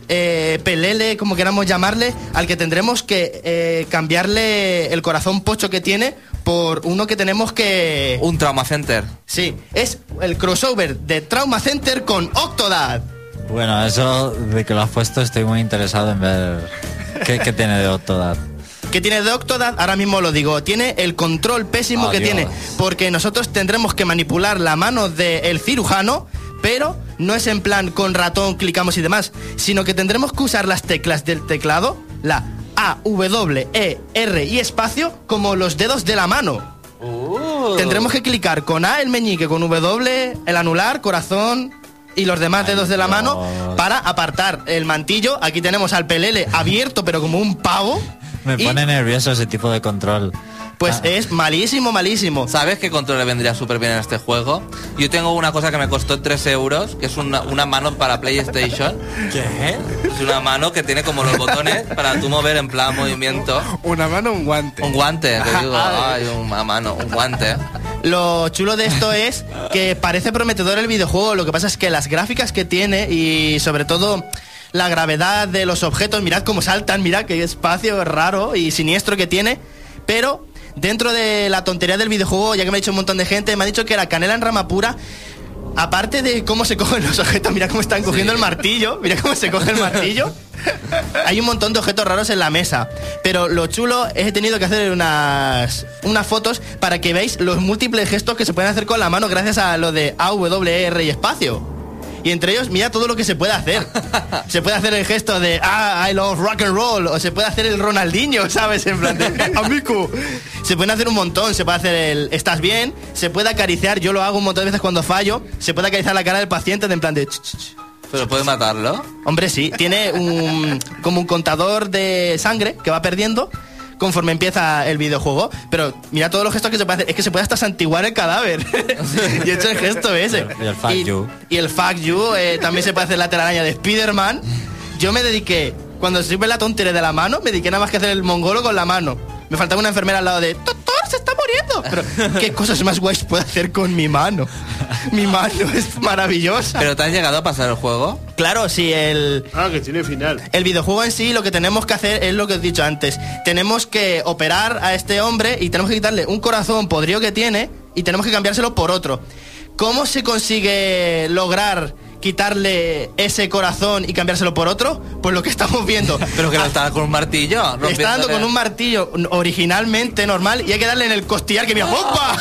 pelele, como queramos llamarle, al que tendremos que cambiarle el corazón pocho que tiene por uno que tenemos que... Un Trauma Center. Sí, es el crossover de Trauma Center con Octodad. Bueno, eso de que lo has puesto estoy muy interesado en ver qué tiene de Octodad. ¿Qué tiene de Octodad? Ahora mismo lo digo. Tiene el control pésimo que tiene. Porque nosotros tendremos que manipular la mano del cirujano, pero no es en plan con ratón, clicamos y demás, sino que tendremos que usar las teclas del teclado, la A, W, E, R y espacio, como los dedos de la mano. Tendremos que clicar con A el meñique, con W el anular, corazón y los demás dedos de la mano para apartar el mantillo. Aquí tenemos al pelele abierto, pero como un pavo. Me pone nervioso ese tipo de control. Pues es malísimo, malísimo. ¿Sabes qué control le vendría súper bien en este juego? Yo tengo una cosa que me costó 3 euros, que es una mano para PlayStation. ¿Qué? Es una mano que tiene como los botones para tú mover en plan movimiento. Una mano, un guante. Un guante, te digo. Una mano, un guante. Lo chulo de esto es que parece prometedor el videojuego. Lo que pasa es que las gráficas que tiene y sobre todo la gravedad de los objetos, mirad cómo saltan, mirad qué espacio raro y siniestro que tiene. Pero dentro de la tontería del videojuego, ya que me ha dicho un montón de gente, me ha dicho que la canela en rama pura, aparte de cómo se cogen los objetos, mira cómo están cogiendo el martillo, mira cómo se coge el martillo. Hay un montón de objetos raros en la mesa. Pero lo chulo es he tenido que hacer unas fotos para que veáis los múltiples gestos que se pueden hacer con la mano gracias a lo de A, W, R y espacio. Y entre ellos, mira todo lo que se puede hacer. Se puede hacer el gesto de I love rock and roll. O se puede hacer el Ronaldinho, ¿sabes? En plan de amigo. Se pueden hacer un montón. Se puede hacer el ¿estás bien? Se puede acariciar. Yo lo hago un montón de veces cuando fallo. Se puede acariciar la cara del paciente de en plan de ¿Pero puede matarlo? Hombre, sí. Tiene como un contador de sangre que va perdiendo conforme empieza el videojuego. Pero mira todos los gestos que se puede hacer. Es que se puede hasta santiguar el cadáver. Y he hecho el gesto ese. Y el fuck you. Y el fuck you. También se puede hacer la telaraña de Spider-Man. Yo me dediqué, cuando se sirve la tontería de la mano, me dediqué nada más que hacer el mongolo con la mano. Me faltaba una enfermera al lado de ¡Doctor, se está muriendo! Pero ¿qué cosas más guays puedo hacer con mi mano? Mi mano es maravillosa. ¿Pero te has llegado a pasar el juego? Claro, sí, que tiene final. El videojuego en sí, lo que tenemos que hacer es lo que os he dicho antes. Tenemos que operar a este hombre y tenemos que quitarle un corazón podrido que tiene y tenemos que cambiárselo por otro. ¿Cómo se consigue lograr quitarle ese corazón y cambiárselo por otro? Pues lo que estamos viendo. Pero que lo está con un martillo. Está dando con un martillo originalmente normal y hay que darle en el costillar que mira, ¡opa!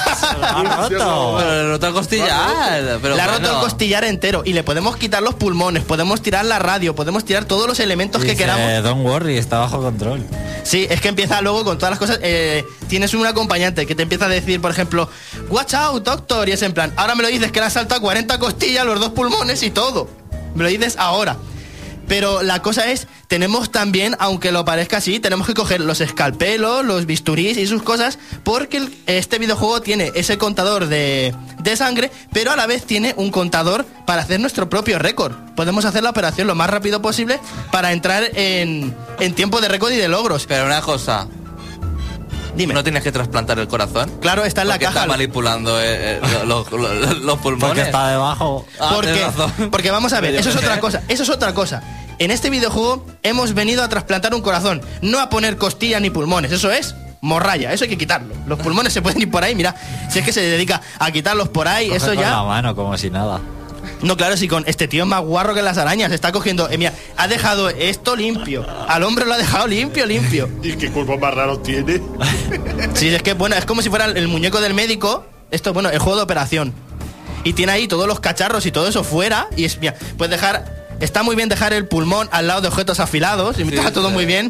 roto. Pero le roto el costillar. Pero le ha roto el costillar entero y le podemos quitar los pulmones, podemos tirar la radio, podemos tirar todos los elementos que queramos. Don't worry, está bajo control. Sí, es que empieza luego con todas las cosas. Tienes un acompañante que te empieza a decir, por ejemplo, watch out, doctor, y es en plan, ahora me lo dices que le ha saltado 40 costillas, los 2 pulmones y todo. Me lo dices ahora. Pero la cosa es, tenemos también, aunque lo parezca así, tenemos que coger los escalpelos, los bisturís y sus cosas, porque este videojuego tiene ese contador de sangre, pero a la vez tiene un contador para hacer nuestro propio récord. Podemos hacer la operación lo más rápido posible para entrar en tiempo de récord y de logros. Pero una cosa... Dime. ¿No tienes que trasplantar el corazón? Claro, está en la caja. Está manipulando los pulmones. Porque está debajo. Porque vamos a ver, eso es otra cosa. Eso es otra cosa. En este videojuego hemos venido a trasplantar un corazón, no a poner costillas ni pulmones. Eso es morralla, eso hay que quitarlo. Los pulmones se pueden ir por ahí, mira. Si es que se dedica a quitarlos por ahí, Coge eso con ya... la mano, como si nada. No, claro, si con este tío es más guarro que las arañas. Está cogiendo... mira, ha dejado esto limpio. Al hombre lo ha dejado limpio. ¿Y qué cuerpo más raro tiene? Sí, es que, bueno, es como si fuera el muñeco del médico. Esto, bueno, el juego de operación. Y tiene ahí todos los cacharros y todo eso fuera. Y es, mira, puedes dejar... Está muy bien dejar el pulmón al lado de objetos afilados. Y está todo muy bien.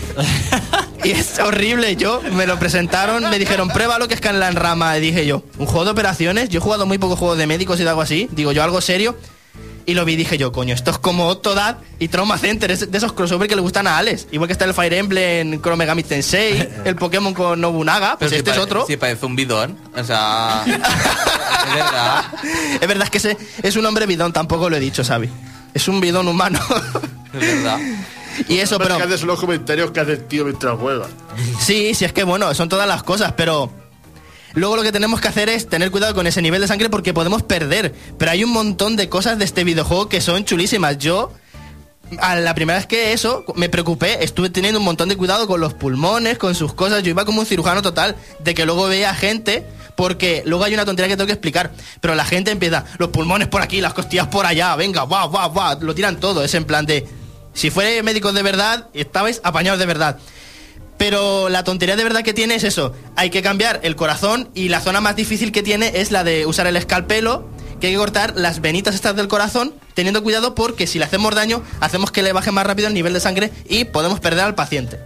Y es horrible. Yo me lo presentaron, me dijeron, pruébalo que es que en la enrama. Y dije yo, ¿un juego de operaciones? Yo he jugado muy pocos juegos de médicos y de algo así. Digo yo, algo serio. Y lo vi y dije yo, coño, esto es como Octodad y Trauma Center, es de esos crossover que le gustan a Alex. Igual que está el Fire Emblem, Chrome Megami Tensei, el Pokémon con Nobunaga, pues este es otro. Sí, parece un bidón. O sea... es verdad. Es verdad, es que es un hombre bidón, tampoco lo he dicho, Xavi. Es un bidón humano. Es verdad. Y eso, pero... que haces los comentarios que hace el tío mientras juega. Sí, es que bueno, son todas las cosas, pero... Luego lo que tenemos que hacer es tener cuidado con ese nivel de sangre porque podemos perder. Pero hay un montón de cosas de este videojuego que son chulísimas. Yo, a la primera vez que eso, me preocupé. Estuve teniendo un montón de cuidado con los pulmones, con sus cosas. Yo iba como un cirujano total, de que luego veía gente... Porque luego hay una tontería que tengo que explicar. Pero la gente empieza, los pulmones por aquí, las costillas por allá, venga, guau, guau, guau. Lo tiran todo, es en plan de... Si fuera médicos de verdad, estabais apañados de verdad. Pero la tontería de verdad que tiene es eso. Hay que cambiar el corazón y la zona más difícil que tiene es la de usar el escalpelo, que hay que cortar las venitas estas del corazón, teniendo cuidado porque si le hacemos daño, hacemos que le baje más rápido el nivel de sangre y podemos perder al paciente.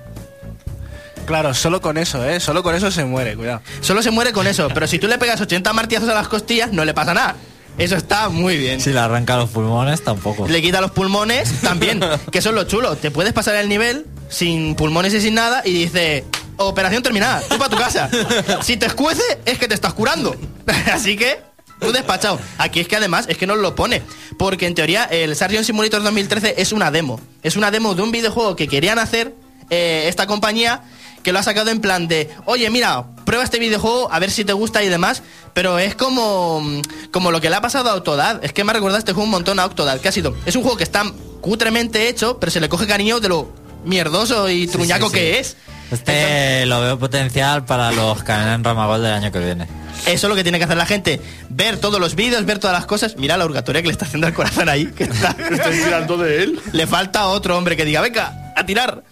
Claro, solo con eso, solo con eso se muere, cuidado. Solo se muere con eso, pero si tú le pegas 80 martillazos a las costillas, no le pasa nada. Eso está muy bien. Si le arranca los pulmones, tampoco. Le quita los pulmones, también, que eso es lo chulo. Te puedes pasar el nivel sin pulmones y sin nada y dice, operación terminada, tú para tu casa. Si te escuece, es que te estás curando. Así que, tú despachado. Aquí es que además, es que nos lo pone. Porque en teoría, el Surgeon Simulator 2013 es una demo. Es una demo de un videojuego que querían hacer esta compañía, que lo ha sacado en plan de, oye, mira, prueba este videojuego, a ver si te gusta y demás, pero es como lo que le ha pasado a Octodad. Es que me ha recordado este juego un montón a Octodad, que ha sido, es un juego que está cutremente hecho, pero se le coge cariño de lo mierdoso y truñaco que es. Entonces, lo veo potencial para los canales en Ramagol del año que viene. Eso es lo que tiene que hacer la gente, ver todos los vídeos, ver todas las cosas. Mira la hurgatoria que le está haciendo al corazón ahí, que está tirando de él. Le falta otro hombre que diga, venga, a tirar.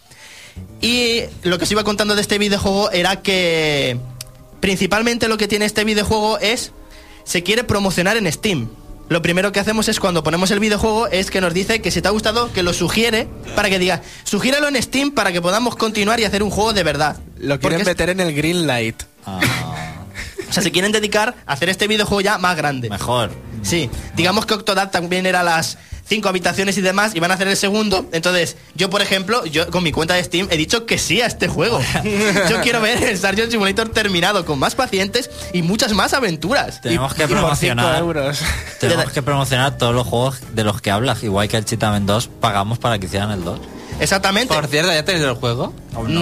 Y lo que os iba contando de este videojuego era que principalmente lo que tiene este videojuego es, se quiere promocionar en Steam. Lo primero que hacemos es, cuando ponemos el videojuego, es que nos dice que si te ha gustado, que lo sugiere, para que diga, sugiéralo en Steam para que podamos continuar y hacer un juego de verdad. Lo quieren meter en el green light. O sea, se quieren dedicar a hacer este videojuego ya más grande. Mejor. Sí, digamos que Octodad también era las 5 habitaciones y demás, y van a hacer el segundo. Entonces, yo por ejemplo, yo con mi cuenta de Steam he dicho que sí a este juego. Yo quiero ver el Surgeon Simulator terminado con más pacientes y muchas más aventuras. Tenemos que promocionar. Tenemos que promocionar todos los juegos de los que hablas, igual que el Cheetah 2 pagamos para que hicieran el 2. Exactamente. Por cierto, ¿ya tenéis el juego?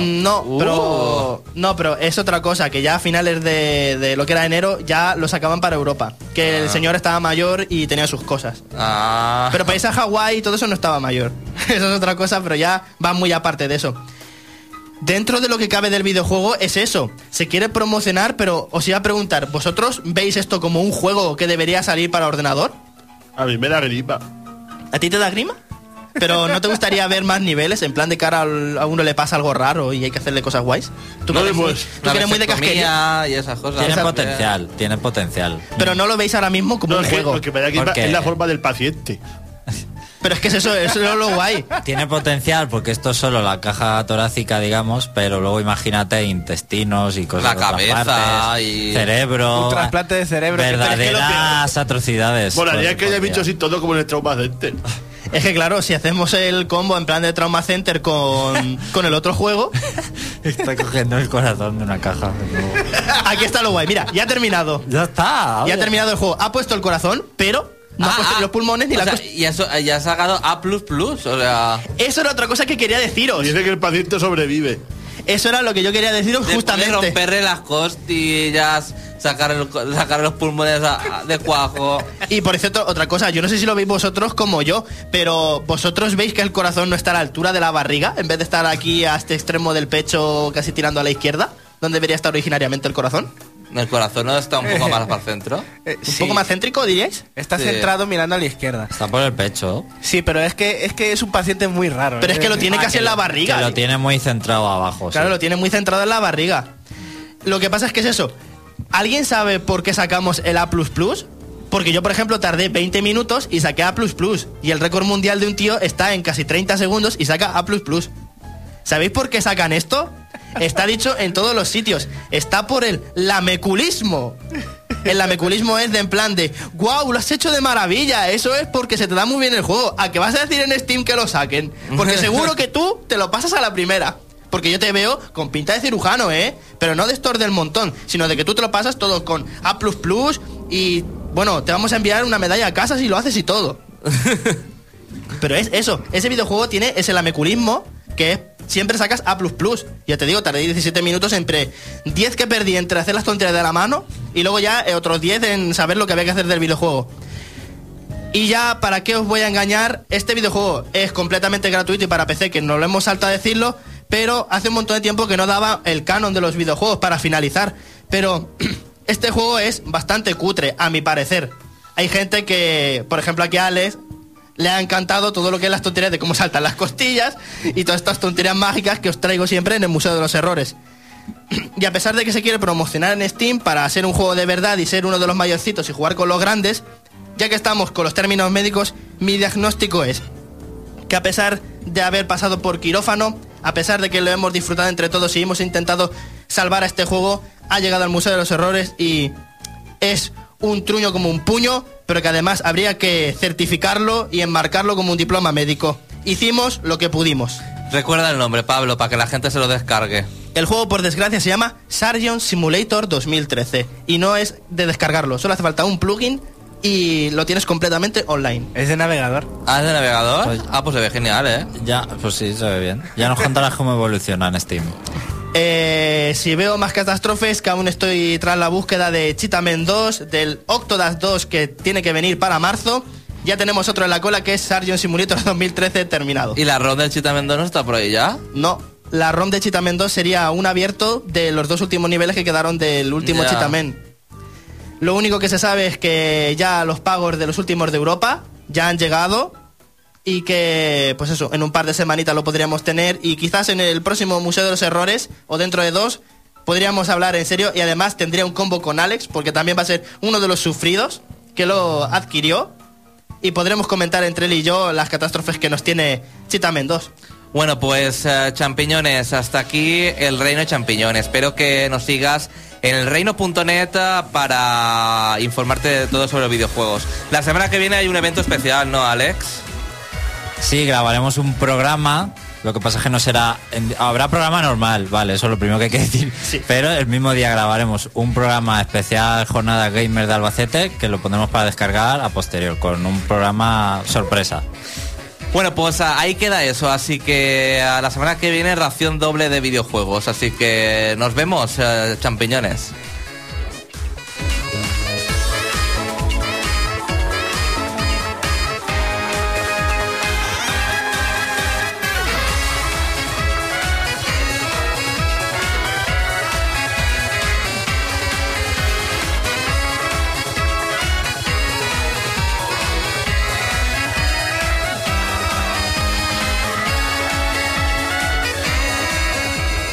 No, pero es otra cosa, que ya a finales de lo que era enero ya lo sacaban para Europa. Que el señor estaba mayor y tenía sus cosas. Pero para irse a Hawái y todo eso no estaba mayor. Eso es otra cosa, pero ya va muy aparte de eso. Dentro de lo que cabe del videojuego es eso. Se quiere promocionar, pero os iba a preguntar, ¿vosotros veis esto como un juego que debería salir para ordenador? A mí me da grima. ¿A ti te da grima? Pero ¿no te gustaría ver más niveles? En plan de cara a uno le pasa algo raro y hay que hacerle cosas guays. Tú no, eres muy de casquería y esas cosas. Tiene potencial. Pero no lo veis ahora mismo como un juego. Lo que me da grima es la forma del paciente. Pero es que eso es lo guay. Tiene potencial porque esto es solo la caja torácica, digamos, pero luego imagínate intestinos y cosas. La cabeza partes, y cerebro. Un trasplante de cerebro. Verdaderas atrocidades. Molaría que haya bichos y todo como en el Trauma Center. Es que claro, si hacemos el combo en plan de Trauma Center con el otro juego... Está cogiendo el corazón de una caja. Aquí está lo guay, mira, ya ha terminado. Ya está. Ya ha terminado el juego. Ha puesto el corazón, pero no ha puesto ni los pulmones ni la cosa. Y eso ya ha sacado A++, o sea... Eso era otra cosa que quería deciros. Dice que el paciente sobrevive. Eso era lo que yo quería deciros justamente. De romperle las costillas, sacar los pulmones de cuajo. Y por cierto, otra cosa, yo no sé si lo veis vosotros como yo, pero ¿vosotros veis que el corazón no está a la altura de la barriga? En vez de estar aquí a este extremo del pecho, casi tirando a la izquierda, donde debería estar originariamente el corazón. El corazón no está un poco más para el centro. ¿Un poco más céntrico, diríais? Está centrado mirando a la izquierda. Está por el pecho. Sí, pero es que es un paciente muy raro. Pero es que lo tiene casi en la barriga. Que lo tiene muy centrado abajo. Claro, sí. lo tiene muy centrado en la barriga. Lo que pasa es que es eso. ¿Alguien sabe por qué sacamos el A++? Porque yo, por ejemplo, tardé 20 minutos y saqué A++. Y el récord mundial de un tío está en casi 30 segundos y saca A++. ¿Sabéis por qué sacan esto? Está dicho en todos los sitios. Está por el lameculismo. El lameculismo es de en plan de ¡guau, lo has hecho de maravilla! Eso es porque se te da muy bien el juego. ¿A qué vas a decir en Steam que lo saquen? Porque seguro que tú te lo pasas a la primera. Porque yo te veo con pinta de cirujano, ¿eh? Pero no de store del montón, sino de que tú te lo pasas todo con A++ y... Bueno, te vamos a enviar una medalla a casa si lo haces y todo. Pero es eso. Ese videojuego tiene ese lameculismo que es... Siempre sacas A++. Ya te digo, tardé 17 minutos entre 10 que perdí entre hacer las tonterías de la mano y luego ya otros 10 en saber lo que había que hacer del videojuego. Y ya, ¿para qué os voy a engañar? Este videojuego es completamente gratuito y para PC, que no lo hemos saltado a decirlo, pero hace un montón de tiempo que no daba el canon de los videojuegos para finalizar. Pero este juego es bastante cutre, a mi parecer. Hay gente que, por ejemplo aquí a Alex, le ha encantado todo lo que es las tonterías de cómo saltan las costillas y todas estas tonterías mágicas que os traigo siempre en el Museo de los Errores. Y a pesar de que se quiere promocionar en Steam para ser un juego de verdad y ser uno de los mayorcitos y jugar con los grandes, ya que estamos con los términos médicos, mi diagnóstico es que a pesar de haber pasado por quirófano, a pesar de que lo hemos disfrutado entre todos y hemos intentado salvar a este juego, ha llegado al Museo de los Errores y es un truño como un puño, pero que además habría que certificarlo y enmarcarlo como un diploma médico. Hicimos lo que pudimos. Recuerda el nombre, Pablo, para que la gente se lo descargue. El juego, por desgracia, se llama Surgeon Simulator 2013 y no es de descargarlo, solo hace falta un plugin y lo tienes completamente online. Es de navegador. ¿Ah, es de navegador? Pues se ve genial, ¿eh? Ya, pues sí, se ve bien. Ya nos contarás cómo evoluciona en Steam. Si veo más catástrofes, que aún estoy tras la búsqueda de Cheetah-Man 2, del Octodad 2 que tiene que venir para marzo. Ya tenemos otro en la cola que es Surgeon Simulator 2013 terminado. ¿Y la ROM del Cheetah-Man 2 no está por ahí ya? No, la ROM de Cheetah-Man 2 sería un abierto de los dos últimos niveles que quedaron del último Cheetah-Man. Lo único que se sabe es que ya los pagos de los últimos de Europa ya han llegado y que, pues eso, en un par de semanitas lo podríamos tener y quizás en el próximo Museo de los Errores o dentro de 2 podríamos hablar en serio y además tendría un combo con Alex porque también va a ser uno de los sufridos que lo adquirió y podremos comentar entre él y yo las catástrofes que nos tiene Cheetah-Man 2. Bueno, pues champiñones, hasta aquí el Reino Champiñón. Espero que nos sigas en elreino.net para informarte de todo sobre los videojuegos. La semana que viene hay un evento especial, ¿no, Alex? Sí, grabaremos un programa. Lo que pasa es que no será... habrá programa normal, vale, eso es lo primero que hay que decir. Sí. Pero el mismo día grabaremos un programa especial Jornada Gamer de Albacete que lo pondremos para descargar a posterior, con un programa sorpresa. Bueno, pues ahí queda eso, así que a la semana que viene ración doble de videojuegos, así que nos vemos, champiñones.